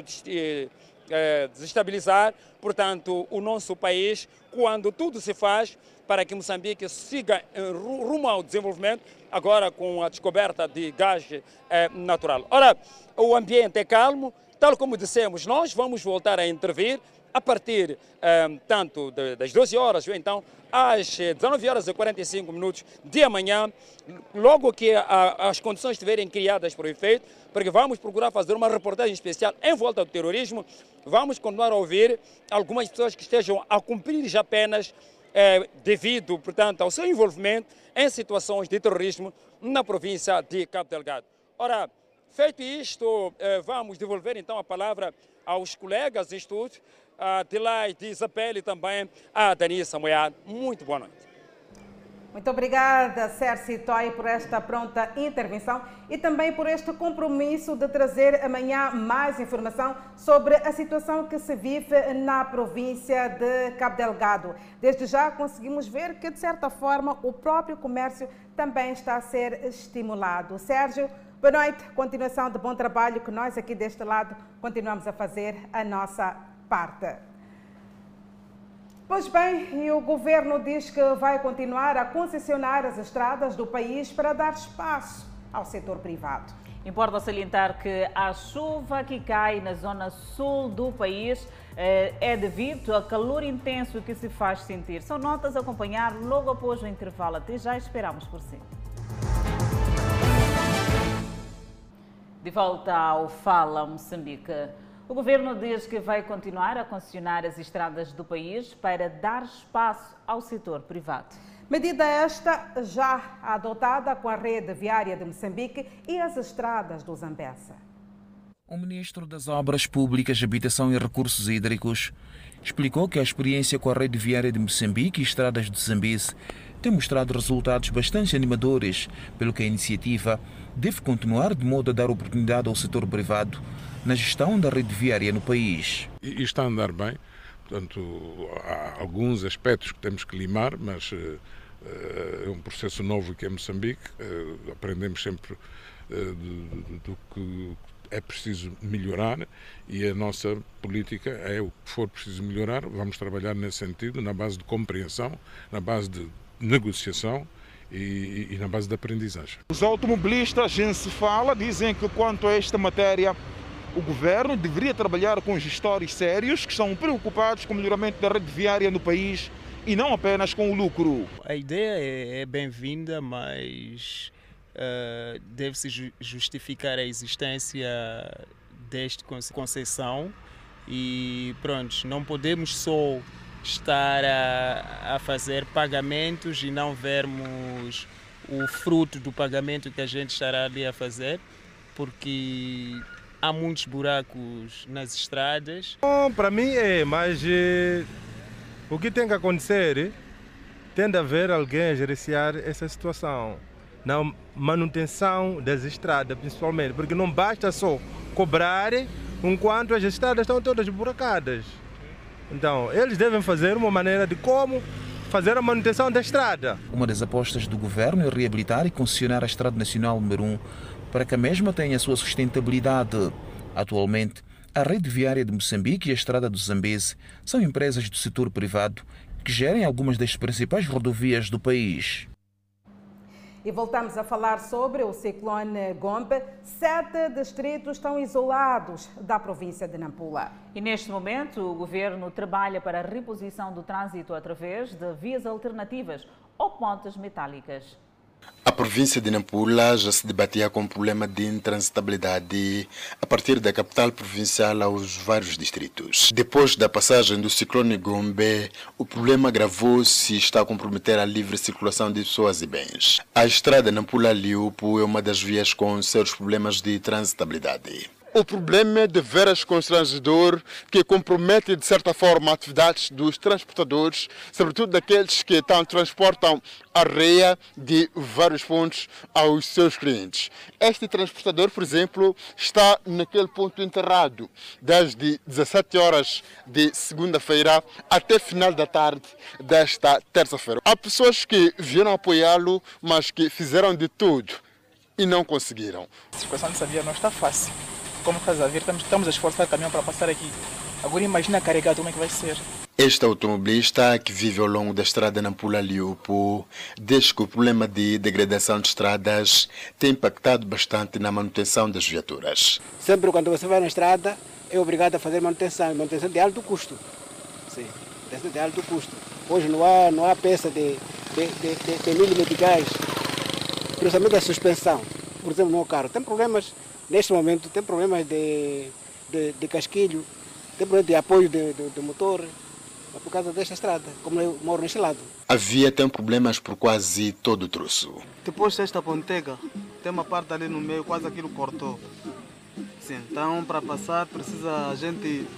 desestabilizar, portanto, o nosso país, quando tudo se faz para que Moçambique siga rumo ao desenvolvimento, agora com a descoberta de gás eh, natural. Ora, o ambiente é calmo. Tal como dissemos, nós vamos voltar a intervir a partir um, tanto de, das doze horas ou então às dezenove horas e quarenta e cinco minutos de amanhã, logo que a, as condições estiverem criadas para o efeito, porque vamos procurar fazer uma reportagem especial em volta do terrorismo. Vamos continuar a ouvir algumas pessoas que estejam a cumprir já penas eh, devido, portanto, ao seu envolvimento em situações de terrorismo na província de Cabo Delgado. Ora, feito isto, vamos devolver então a palavra aos colegas de estudo, a Adelaide Isabel e também a Danissa Moiado. Muito boa noite. Muito obrigada, Sérgio Toy, por esta pronta intervenção e também por este compromisso de trazer amanhã mais informação sobre a situação que se vive na província de Cabo Delgado. Desde já conseguimos ver que, de certa forma, o próprio comércio também está a ser estimulado. Sérgio, boa noite, continuação de bom trabalho que nós aqui deste lado continuamos a fazer a nossa parte. Pois bem, e o governo diz que vai continuar a concessionar as estradas do país para dar espaço ao setor privado. Importa salientar que a chuva que cai na zona sul do país é devido ao calor intenso que se faz sentir. São notas a acompanhar logo após o intervalo. Até já, esperamos por si. De volta ao Fala Moçambique. O governo diz que vai continuar a concessionar as estradas do país para dar espaço ao setor privado. Medida esta já adotada com a rede viária de Moçambique e as estradas do Zambessa. O ministro das Obras Públicas, Habitação e Recursos Hídricos explicou que a experiência com a rede viária de Moçambique e estradas do Zambeze tem mostrado resultados bastante animadores, pelo que a iniciativa deve continuar de modo a dar oportunidade ao setor privado na gestão da rede viária no país. E está a andar bem, portanto, há alguns aspectos que temos que limar, mas uh, é um processo novo que é Moçambique, uh, aprendemos sempre uh, do, do que é preciso melhorar e a nossa política é o que for preciso melhorar, vamos trabalhar nesse sentido, na base de compreensão, na base de negociação e, e na base de aprendizagem. Os automobilistas, gente se fala, dizem que quanto a esta matéria, o governo deveria trabalhar com gestores sérios que estão preocupados com o melhoramento da rede viária no país e não apenas com o lucro. A ideia é, é bem-vinda, mas Uh, deve-se justificar a existência desta concessão e pronto, não podemos só estar a, a fazer pagamentos e não vermos o fruto do pagamento que a gente estará ali a fazer, porque há muitos buracos nas estradas. Bom, para mim é, mas eh, o que tem que acontecer, tem de haver alguém a gerenciar essa situação. Na manutenção das estradas, principalmente, porque não basta só cobrar enquanto as estradas estão todas buracadas. Então, eles devem fazer uma maneira de como fazer a manutenção da estrada. Uma das apostas do governo é reabilitar e concessionar a Estrada Nacional número um para que a mesma tenha a sua sustentabilidade. Atualmente, a rede viária de Moçambique e a Estrada do Zambeze são empresas do setor privado que gerem algumas das principais rodovias do país. E voltamos a falar sobre o ciclone Gombe. Sete distritos estão isolados da província de Nampula. E neste momento o governo trabalha para a reposição do trânsito através de vias alternativas ou pontes metálicas. A província de Nampula já se debatia com o problema de intransitabilidade a partir da capital provincial aos vários distritos. Depois da passagem do ciclone Gombe, o problema agravou-se e está a comprometer a livre circulação de pessoas e bens. A estrada Nampula-Liupo é uma das vias com sérios problemas de transitabilidade. O problema é de veras constrangedor que compromete de certa forma atividades dos transportadores, sobretudo daqueles que então, transportam areia de vários pontos aos seus clientes. Este transportador, por exemplo, está naquele ponto enterrado desde dezassete horas de segunda-feira até final da tarde desta terça-feira. Há pessoas que vieram apoiá-lo, mas que fizeram de tudo e não conseguiram. A situação dessa via não está fácil. Como estás a ver, estamos a esforçar o caminhão para passar aqui. Agora imagina carregado, como é que vai ser? Este automobilista que vive ao longo da estrada Nampula-Liupo diz que o problema de degradação de estradas tem impactado bastante na manutenção das viaturas. Sempre quando você vai na estrada é obrigado a fazer manutenção, manutenção de alto custo. Sim, manutenção de alto custo. Hoje não há, não há peça de, de, de, de, de milimeticais, principalmente a suspensão. Por exemplo, no carro tem problemas. Neste momento tem problemas de, de, de casquilho, tem problemas de apoio de, de, de motor, por causa desta estrada, como eu moro neste lado. A via tem problemas por quase todo o troço. Depois desta pontega, tem uma parte ali no meio, quase aquilo cortou. Sim, então para passar precisa a gente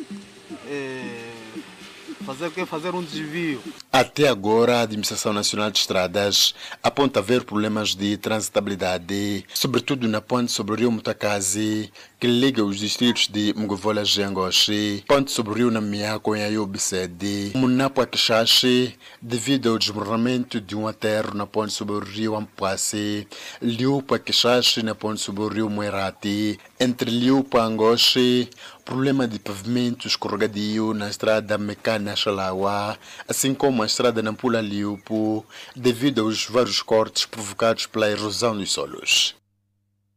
é, fazer o quê? Fazer um desvio. Até agora, a Administração Nacional de Estradas aponta haver problemas de transitabilidade, sobretudo na ponte sobre o rio Mutakazi, que liga os distritos de Mgovola e Angoche, ponte sobre o rio Namia com Ayobsede, Munapo Quixaxe, devido ao desmoronamento de um aterro na ponte sobre o rio Ampuase, Liupa Quixaxe na ponte sobre o rio Muerati, entre Liupa e Angoche, problema de pavimento escorregadio na estrada Mecana-Xalaua, assim como a estrada Nampula-Liupo, devido aos vários cortes provocados pela erosão dos solos.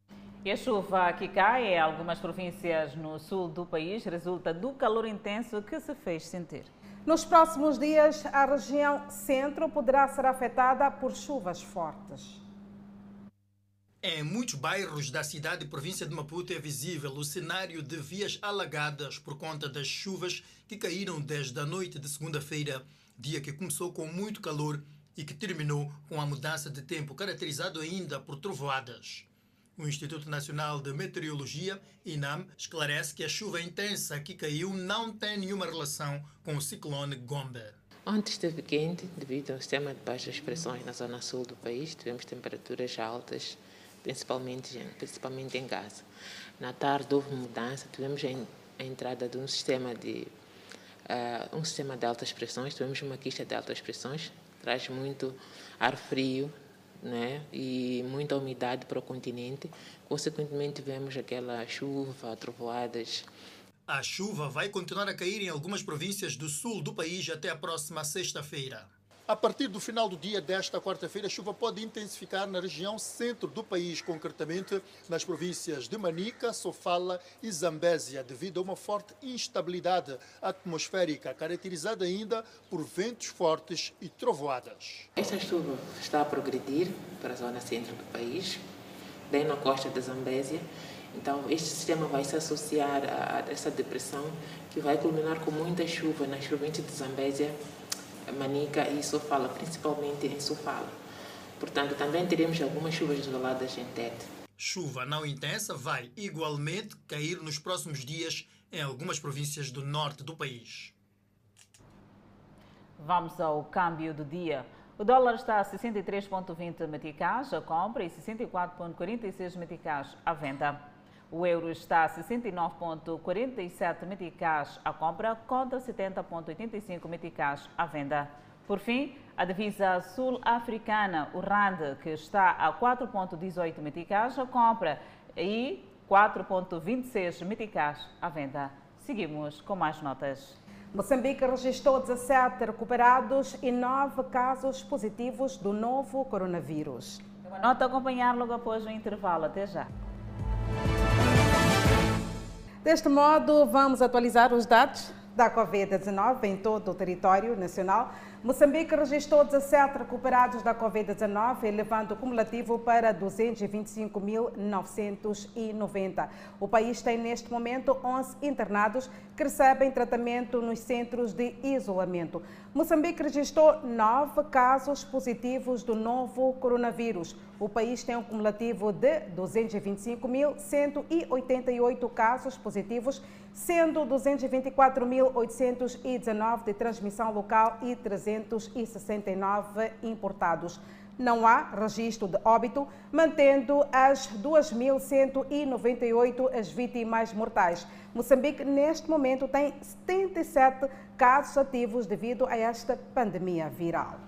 E a chuva que cai em algumas províncias no sul do país resulta do calor intenso que se fez sentir. Nos próximos dias, a região centro poderá ser afetada por chuvas fortes. Em muitos bairros da cidade e província de Maputo é visível o cenário de vias alagadas por conta das chuvas que caíram desde a noite de segunda-feira, dia que começou com muito calor e que terminou com a mudança de tempo, caracterizado ainda por trovoadas. O Instituto Nacional de Meteorologia, INAM, esclarece que a chuva intensa que caiu não tem nenhuma relação com o ciclone Gombe. Ontem esteve quente devido ao sistema de baixas pressões na zona sul do país. Tivemos temperaturas altas, principalmente, principalmente em Gaza. Na tarde houve mudança, tivemos a entrada de um sistema de, uh, um sistema de altas pressões, tivemos uma quista de altas pressões, traz muito ar frio, né, e muita umidade para o continente. Consequentemente, tivemos aquela chuva, trovoadas. A chuva vai continuar a cair em algumas províncias do sul do país até a próxima sexta-feira. A partir do final do dia desta quarta-feira, a chuva pode intensificar na região centro do país, concretamente nas províncias de Manica, Sofala e Zambésia, devido a uma forte instabilidade atmosférica, caracterizada ainda por ventos fortes e trovoadas. Esta chuva está a progredir para a zona centro do país, bem na costa da Zambésia. Então, este sistema vai se associar a essa depressão, que vai culminar com muita chuva nas províncias de Zambésia, Manica e Sofala, principalmente em Sofala. Portanto, também teremos algumas chuvas isoladas em Tete. Chuva não intensa vai igualmente cair nos próximos dias em algumas províncias do norte do país. Vamos ao câmbio do dia. O dólar está a sessenta e três vírgula vinte meticais à compra e sessenta e quatro vírgula quarenta e seis meticais à venda. O euro está a sessenta e nove vírgula quarenta e sete meticais à compra contra setenta vírgula oitenta e cinco meticais à venda. Por fim, a divisa sul-africana, o rand, que está a quatro vírgula dezoito meticais à compra e quatro vírgula vinte e seis meticais à venda. Seguimos com mais notas. Moçambique registrou dezassete recuperados e nove casos positivos do novo coronavírus. Uma nota a acompanhar logo após o intervalo. Até já. Deste modo, vamos atualizar os dados da Covid dezenove em todo o território nacional. Moçambique registrou dezassete recuperados da Covid dezenove, elevando o cumulativo para duzentos e vinte e cinco mil novecentos e noventa. O país tem neste momento onze internados que recebem tratamento nos centros de isolamento. Moçambique registrou nove casos positivos do novo coronavírus. O país tem um cumulativo de duzentos e vinte e cinco mil cento e oitenta e oito casos positivos, sendo duzentos e vinte e quatro mil oitocentos e dezenove de transmissão local e trezentos e sessenta e nove importados. Não há registro de óbito, mantendo as duas mil cento e noventa e oito as vítimas mortais. Moçambique, neste momento, tem setenta e sete casos ativos devido a esta pandemia viral.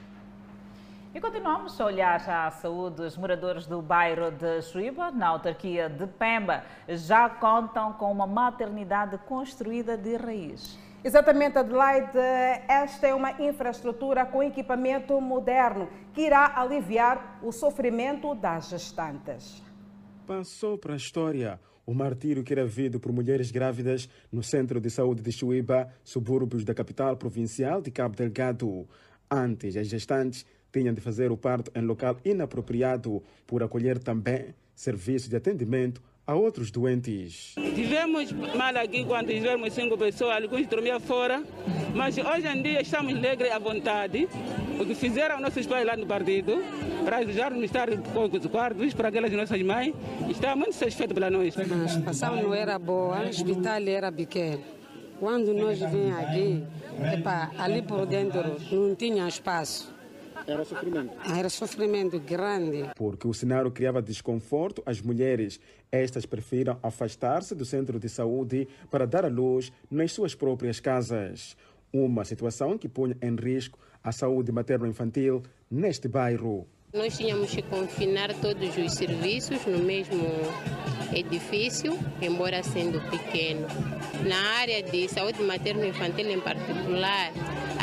E continuamos a olhar à saúde. Os moradores do bairro de Chuíba, na autarquia de Pemba, já contam com uma maternidade construída de raiz. Exatamente, Adelaide. Esta é uma infraestrutura com equipamento moderno que irá aliviar o sofrimento das gestantes. Passou para a história o martírio que era vivido por mulheres grávidas no Centro de Saúde de Chuíba, subúrbios da capital provincial de Cabo Delgado. Antes, as gestantes tinham de fazer o parto em local inapropriado por acolher também serviços de atendimento a outros doentes. Tivemos mal aqui quando tivemos cinco pessoas, alguns dormiam fora, mas hoje em dia estamos alegres à vontade, o que fizeram nossos pais lá no partido, para ajudar-nos a estar com os quartos, para aquelas nossas mães, está muito satisfeito para nós. A situação não era boa, o hospital era pequeno. Quando nós vimos aqui, epa, ali por dentro não tinha espaço. Era sofrimento? Era sofrimento grande. Porque o cenário criava desconforto às mulheres. Estas prefiram afastar-se do centro de saúde para dar à luz nas suas próprias casas. Uma situação que punha em risco a saúde materno-infantil neste bairro. Nós tínhamos que confinar todos os serviços no mesmo edifício, embora sendo pequeno. Na área de saúde materno-infantil em particular,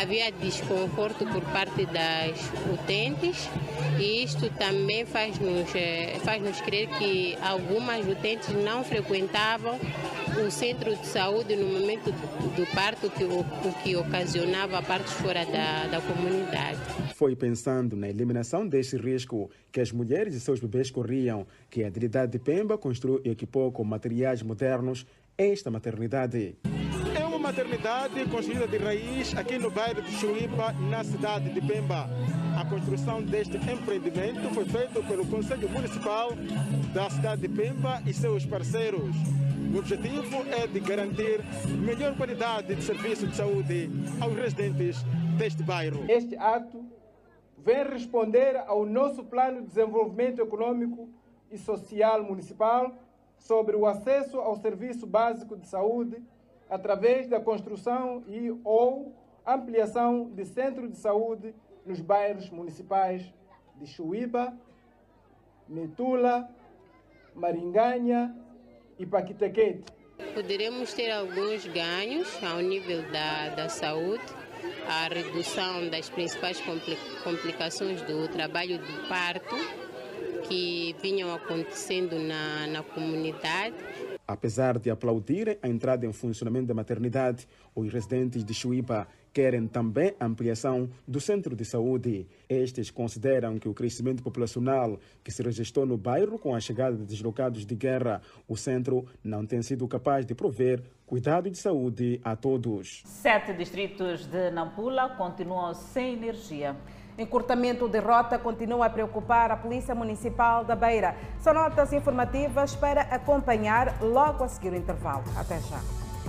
havia desconforto por parte das utentes e isto também faz-nos faz-nos crer que algumas utentes não frequentavam o centro de saúde no momento do parto, que, o, o que ocasionava partos fora da, da comunidade. Foi pensando na eliminação deste risco que as mulheres e seus bebês corriam que a Dignidade de Pemba construiu e equipou com materiais modernos esta maternidade. É uma maternidade construída de raiz aqui no bairro de Chuíba, na cidade de Pemba. A construção deste empreendimento foi feita pelo Conselho Municipal da cidade de Pemba e seus parceiros. O objetivo é de garantir melhor qualidade de serviço de saúde aos residentes deste bairro. Este ato vem responder ao nosso plano de desenvolvimento econômico e social municipal sobre o acesso ao serviço básico de saúde através da construção e ou ampliação de centros de saúde nos bairros municipais de Chuíba, Metula, Maringanha e Paquitaquete. Poderemos ter alguns ganhos ao nível da, da saúde, a redução das principais complicações do trabalho do parto que vinham acontecendo na, na comunidade. Apesar de aplaudirem a entrada em funcionamento da maternidade, os residentes de Chuíba querem também a ampliação do centro de saúde. Estes consideram que o crescimento populacional que se registrou no bairro com a chegada de deslocados de guerra, o centro não tem sido capaz de prover cuidado de saúde a todos. Sete distritos de Nampula continuam sem energia. Encurtamento de rota continua a preocupar a Polícia Municipal da Beira. São notas informativas para acompanhar logo a seguir o intervalo. Até já.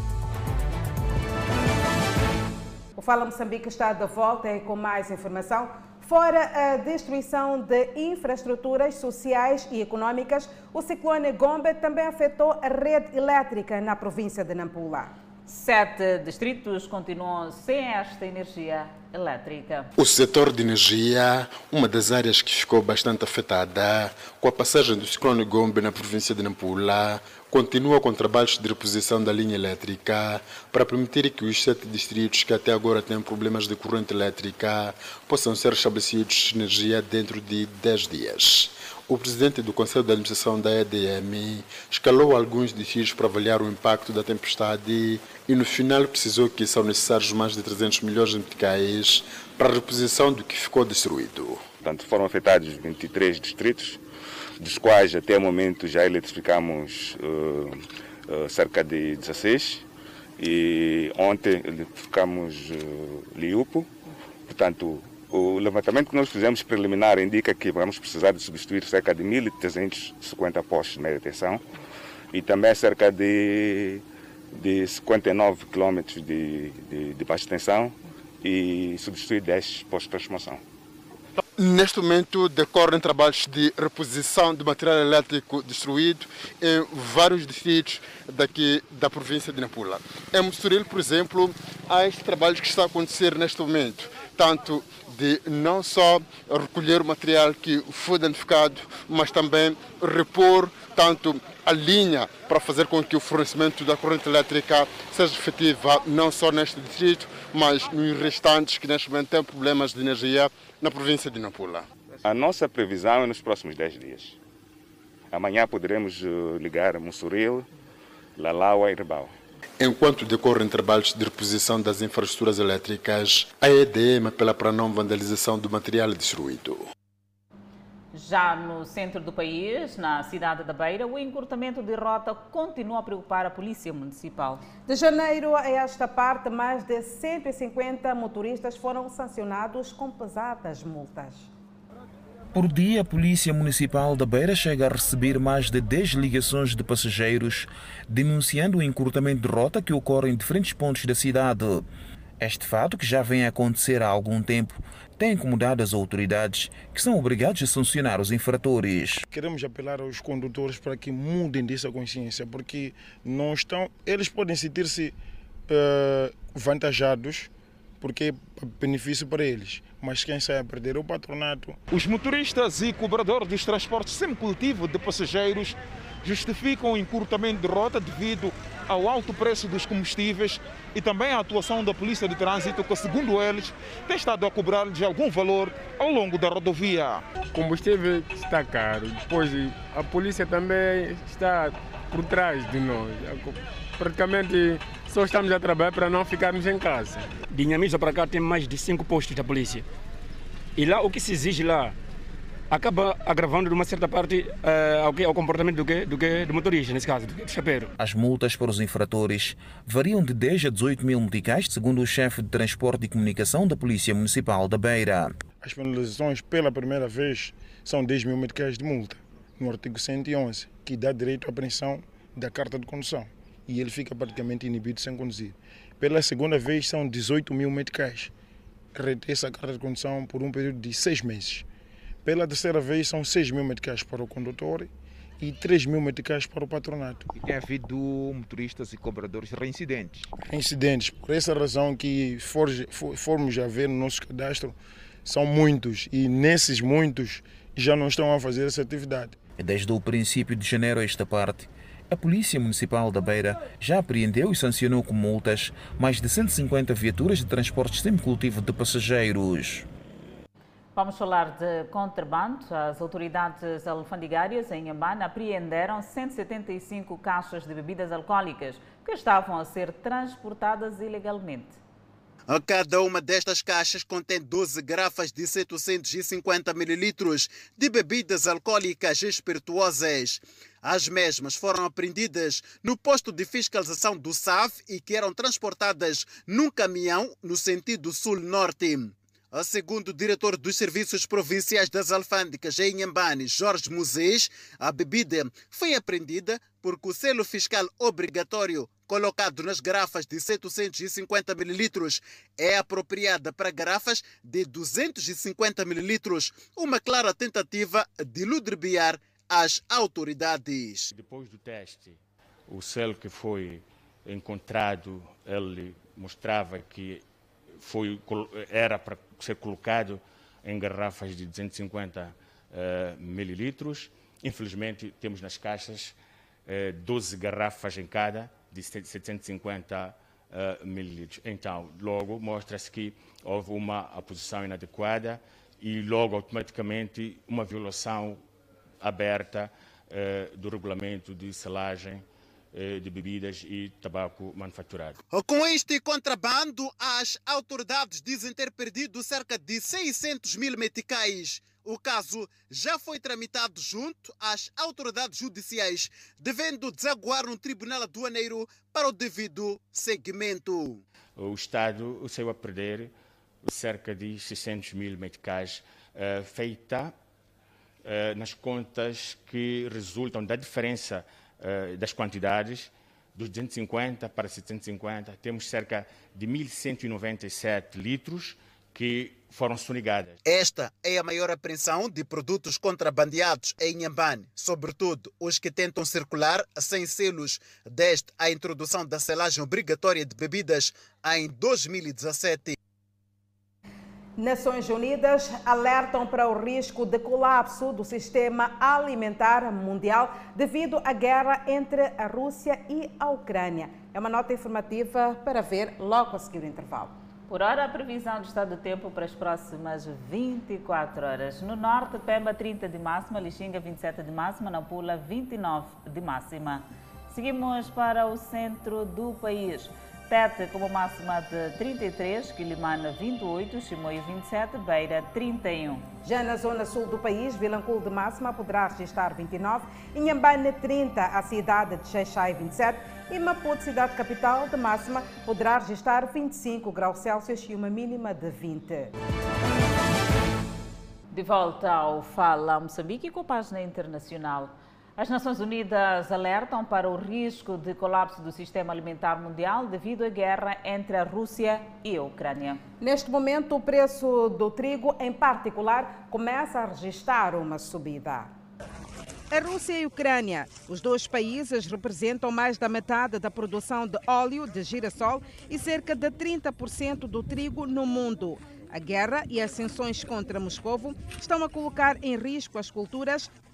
O Fala Moçambique está de volta e com mais informação. Fora a destruição de infraestruturas sociais e econômicas, o ciclone Gombe também afetou a rede elétrica na província de Nampula. Sete distritos continuam sem esta energia elétrica. O setor de energia, uma das áreas que ficou bastante afetada com a passagem do ciclone Gombe na província de Nampula, continua com trabalhos de reposição da linha elétrica para permitir que os sete distritos que até agora têm problemas de corrente elétrica possam ser estabelecidos de energia dentro de dez dias. O presidente do Conselho de Administração da E D M escalou alguns distritos para avaliar o impacto da tempestade e no final precisou que são necessários mais de trezentos milhões de meticais para a reposição do que ficou destruído. Portanto, foram afetados vinte e três distritos, dos quais até o momento já eletrificamos uh, uh, cerca de dezesseis e ontem eletrificamos uh, Liupo. Portanto, o levantamento que nós fizemos preliminar indica que vamos precisar de substituir cerca de mil trezentos e cinquenta postos de média tensão e também cerca de, de cinquenta e nove quilômetros de, de, de baixa tensão e substituir dez postos de transformação. Neste momento decorrem trabalhos de reposição de material elétrico destruído em vários distritos daqui da província de Nampula. Em Mossoril, por exemplo, há este trabalho que está a acontecer neste momento, tanto de não só recolher o material que foi danificado, mas também repor tanto a linha para fazer com que o fornecimento da corrente elétrica seja efetiva não só neste distrito, mas nos restantes que neste momento têm problemas de energia na província de Nampula. A nossa previsão é nos próximos dez dias. Amanhã poderemos ligar Mossoril, Lalaua e Rebau. Enquanto decorrem trabalhos de reposição das infraestruturas elétricas, a E D M apela para a não vandalização do material destruído. Já no centro do país, na cidade da Beira, o encurtamento de rota continua a preocupar a Polícia Municipal. De janeiro a esta parte, mais de cento e cinquenta motoristas foram sancionados com pesadas multas. Por dia, a Polícia Municipal da Beira chega a receber mais de dez ligações de passageiros denunciando o encurtamento de rota que ocorre em diferentes pontos da cidade. Este fato, que já vem a acontecer há algum tempo, tem incomodado as autoridades, que são obrigadas a sancionar os infratores. Queremos apelar aos condutores para que mudem dessa consciência, porque não estão, eles podem sentir-se uh, vantajados, porque é benefício para eles, mas quem sai a perder é o patronato. Os motoristas e cobradores dos transportes sem cultivo de passageiros justificam o encurtamento de rota devido ao alto preço dos combustíveis e também a atuação da Polícia de Trânsito, que, segundo eles, tem estado a cobrar-lhes algum valor ao longo da rodovia. O combustível está caro, depois a polícia também está por trás de nós. Praticamente só estamos a trabalhar para não ficarmos em casa. De Inhamisa para cá tem mais de cinco postos da polícia. E lá o que se exige lá acaba agravando de uma certa parte uh, ao, que, ao comportamento do, que, do, que, do motorista, nesse caso, do, do chapeiro. As multas para os infratores variam de dez a dezoito mil meticais, segundo o chefe de Transporte e Comunicação da Polícia Municipal da Beira. As penalizações pela primeira vez são dez mil meticais de multa, no artigo cento e onze, que dá direito à apreensão da carta de condução e ele fica praticamente inibido sem conduzir. Pela segunda vez são dezoito mil meticais, retém essa carta de condução por um período de seis meses. Pela terceira vez são seis mil meticais para o condutor e três mil meticais para o patronato. E tem havido motoristas e cobradores reincidentes? Reincidentes, por essa razão que for, for, formos a ver no nosso cadastro, são muitos e nesses muitos já não estão a fazer essa atividade. Desde o princípio de janeiro a esta parte, a Polícia Municipal da Beira já apreendeu e sancionou com multas mais de cento e cinquenta viaturas de transporte semicoletivo de passageiros. Vamos falar de contrabando. As autoridades alfandegárias em Inhambane apreenderam cento e setenta e cinco caixas de bebidas alcoólicas que estavam a ser transportadas ilegalmente. Cada uma destas caixas contém doze garrafas de setecentos e cinquenta mililitros de bebidas alcoólicas espirituosas. As mesmas foram apreendidas no posto de fiscalização do S A F e que eram transportadas num caminhão no sentido sul-norte. Segundo o diretor dos Serviços Provinciais das Alfândegas em Inhambane, Jorge Moisés, a bebida foi apreendida porque o selo fiscal obrigatório colocado nas garrafas de setecentos e cinquenta mililitros é apropriada para garrafas de duzentos e cinquenta mililitros, uma clara tentativa de ludibriar as autoridades. Depois do teste, o selo que foi encontrado, ele mostrava que foi, era para ser colocado em garrafas de duzentos e cinquenta uh, mililitros. Infelizmente, temos nas caixas uh, doze garrafas em cada, de setecentos e cinquenta uh, mililitros. Então, logo, mostra-se que houve uma aposição inadequada e logo, automaticamente, uma violação aberta uh, do regulamento de selagem de bebidas e tabaco manufaturado. Com este contrabando, as autoridades dizem ter perdido cerca de seiscentos mil meticais. O caso já foi tramitado junto às autoridades judiciais, devendo desaguar no Tribunal Aduaneiro para o devido seguimento. O Estado saiu a perder cerca de seiscentos mil meticais, uh, feita uh, nas contas que resultam da diferença das quantidades, dos duzentos e cinquenta para setecentos e cinquenta, temos cerca de mil cento e noventa e sete litros que foram sonegadas. Esta é a maior apreensão de produtos contrabandeados em Inhambane, sobretudo os que tentam circular sem selos, desde a introdução da selagem obrigatória de bebidas em dois mil e dezassete. Nações Unidas alertam para o risco de colapso do sistema alimentar mundial devido à guerra entre a Rússia e a Ucrânia. É uma nota informativa para ver logo a seguir o intervalo. Por hora, a previsão do estado do tempo para as próximas vinte e quatro horas. No norte, Pemba trinta de máxima, Lixinga vinte e sete de máxima, Nampula vinte e nove de máxima. Seguimos para o centro do país. Tete como máxima de trinta e três, Quilimana vinte e oito, Chimoio vinte e sete, Beira trinta e um. Já na zona sul do país, Vilanculo de máxima poderá registrar vinte e nove, Inhambane trinta, a cidade de Xai-Xai vinte e sete e Maputo, cidade capital, de máxima poderá registrar vinte e cinco graus Celsius e uma mínima de vinte. De volta ao Fala Moçambique com a página internacional. As Nações Unidas alertam para o risco de colapso do sistema alimentar mundial devido à guerra entre a Rússia e a Ucrânia. Neste momento, o preço do trigo, em particular, começa a registrar uma subida. A Rússia e a Ucrânia, os dois países representam mais da metade da produção de óleo de girassol e cerca de trinta por cento do trigo no mundo. A guerra e as sanções contra Moscovo estão a colocar em risco as culturas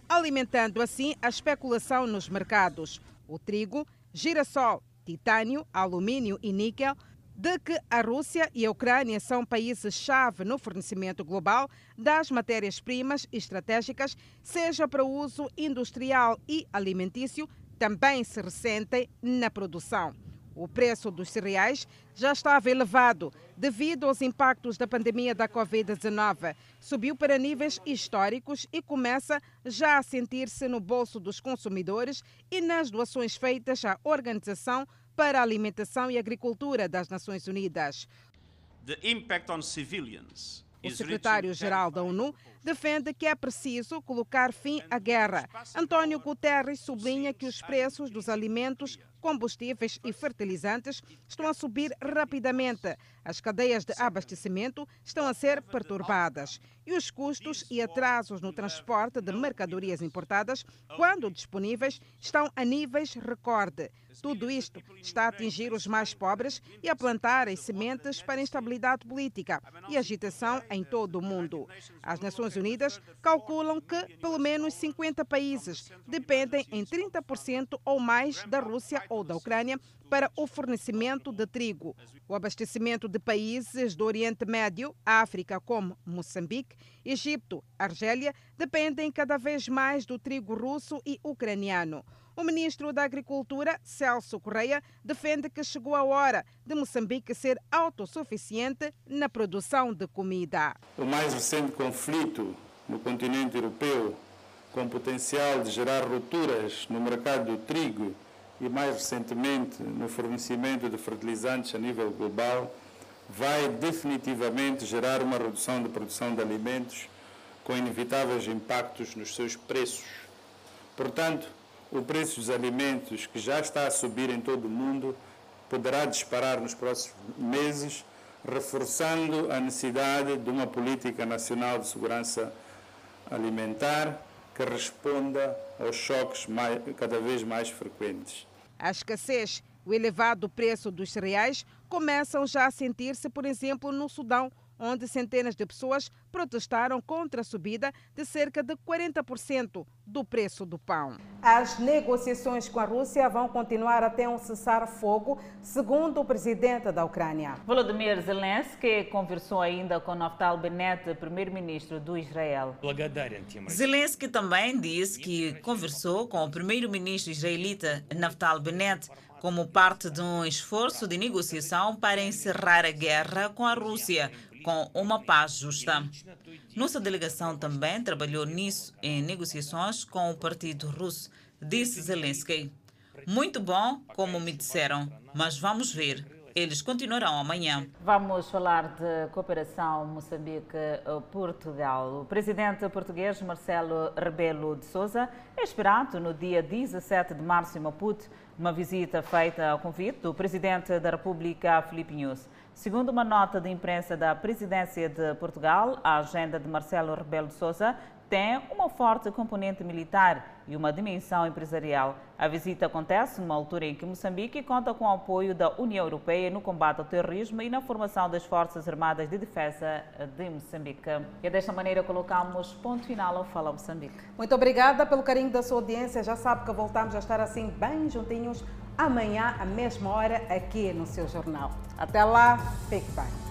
alimentando assim a especulação nos mercados. O trigo, girassol, titânio, alumínio e níquel, de que a Rússia e a Ucrânia são países-chave no fornecimento global das matérias-primas estratégicas, seja para uso industrial e alimentício, também se ressentem na produção. O preço dos cereais já estava elevado devido aos impactos da pandemia da Covid dezenove. Subiu para níveis históricos e começa já a sentir-se no bolso dos consumidores e nas doações feitas à Organização para a Alimentação e Agricultura das Nações Unidas. The impact on civilians. O secretário-geral da ONU defende que é preciso colocar fim à guerra. António Guterres sublinha que os preços dos alimentos, combustíveis e fertilizantes estão a subir rapidamente. As cadeias de abastecimento estão a ser perturbadas e os custos e atrasos no transporte de mercadorias importadas, quando disponíveis, estão a níveis recorde. Tudo isto está a atingir os mais pobres e a plantar as sementes para a instabilidade política e agitação em todo o mundo. As Nações Unidas calculam que pelo menos cinquenta países dependem em trinta por cento ou mais da Rússia ou da Ucrânia para o fornecimento de trigo. O abastecimento de países do Oriente Médio, África como Moçambique, Egito, Argélia, dependem cada vez mais do trigo russo e ucraniano. O ministro da Agricultura, Celso Correia, defende que chegou a hora de Moçambique ser autossuficiente na produção de comida. O mais recente conflito no continente europeu, com potencial de gerar rupturas no mercado do trigo e, mais recentemente, no fornecimento de fertilizantes a nível global, vai definitivamente gerar uma redução de produção de alimentos com inevitáveis impactos nos seus preços. Portanto, o preço dos alimentos, que já está a subir em todo o mundo, poderá disparar nos próximos meses, reforçando a necessidade de uma política nacional de segurança alimentar que responda aos choques mais, cada vez mais frequentes. A escassez e o elevado preço dos cereais começam já a sentir-se, por exemplo, no Sudão, onde centenas de pessoas protestaram contra a subida de cerca de quarenta por cento do preço do pão. As negociações com a Rússia vão continuar até um cessar-fogo, segundo o presidente da Ucrânia. Volodymyr Zelensky conversou ainda com Naftali Bennett, primeiro-ministro do Israel. Zelensky também disse que conversou com o primeiro-ministro israelita Naftali Bennett como parte de um esforço de negociação para encerrar a guerra com a Rússia, com uma paz justa. Nossa delegação também trabalhou nisso em negociações com o Partido Russo, disse Zelensky. Muito bom, como me disseram, mas vamos ver. Eles continuarão amanhã. Vamos falar de cooperação Moçambique-Portugal. O presidente português Marcelo Rebelo de Sousa é esperado no dia dezessete de março em Maputo, uma visita feita ao convite do presidente da República, Filipe Nyusi. Segundo uma nota de imprensa da presidência de Portugal, a agenda de Marcelo Rebelo de Sousa tem uma forte componente militar e uma dimensão empresarial. A visita acontece numa altura em que Moçambique conta com o apoio da União Europeia no combate ao terrorismo e na formação das Forças Armadas de Defesa de Moçambique. E desta maneira colocamos ponto final ao Fala Moçambique. Muito obrigada pelo carinho da sua audiência. Já sabe que voltamos a estar assim bem juntinhos amanhã, à mesma hora, aqui no seu jornal. Até lá, fique bem.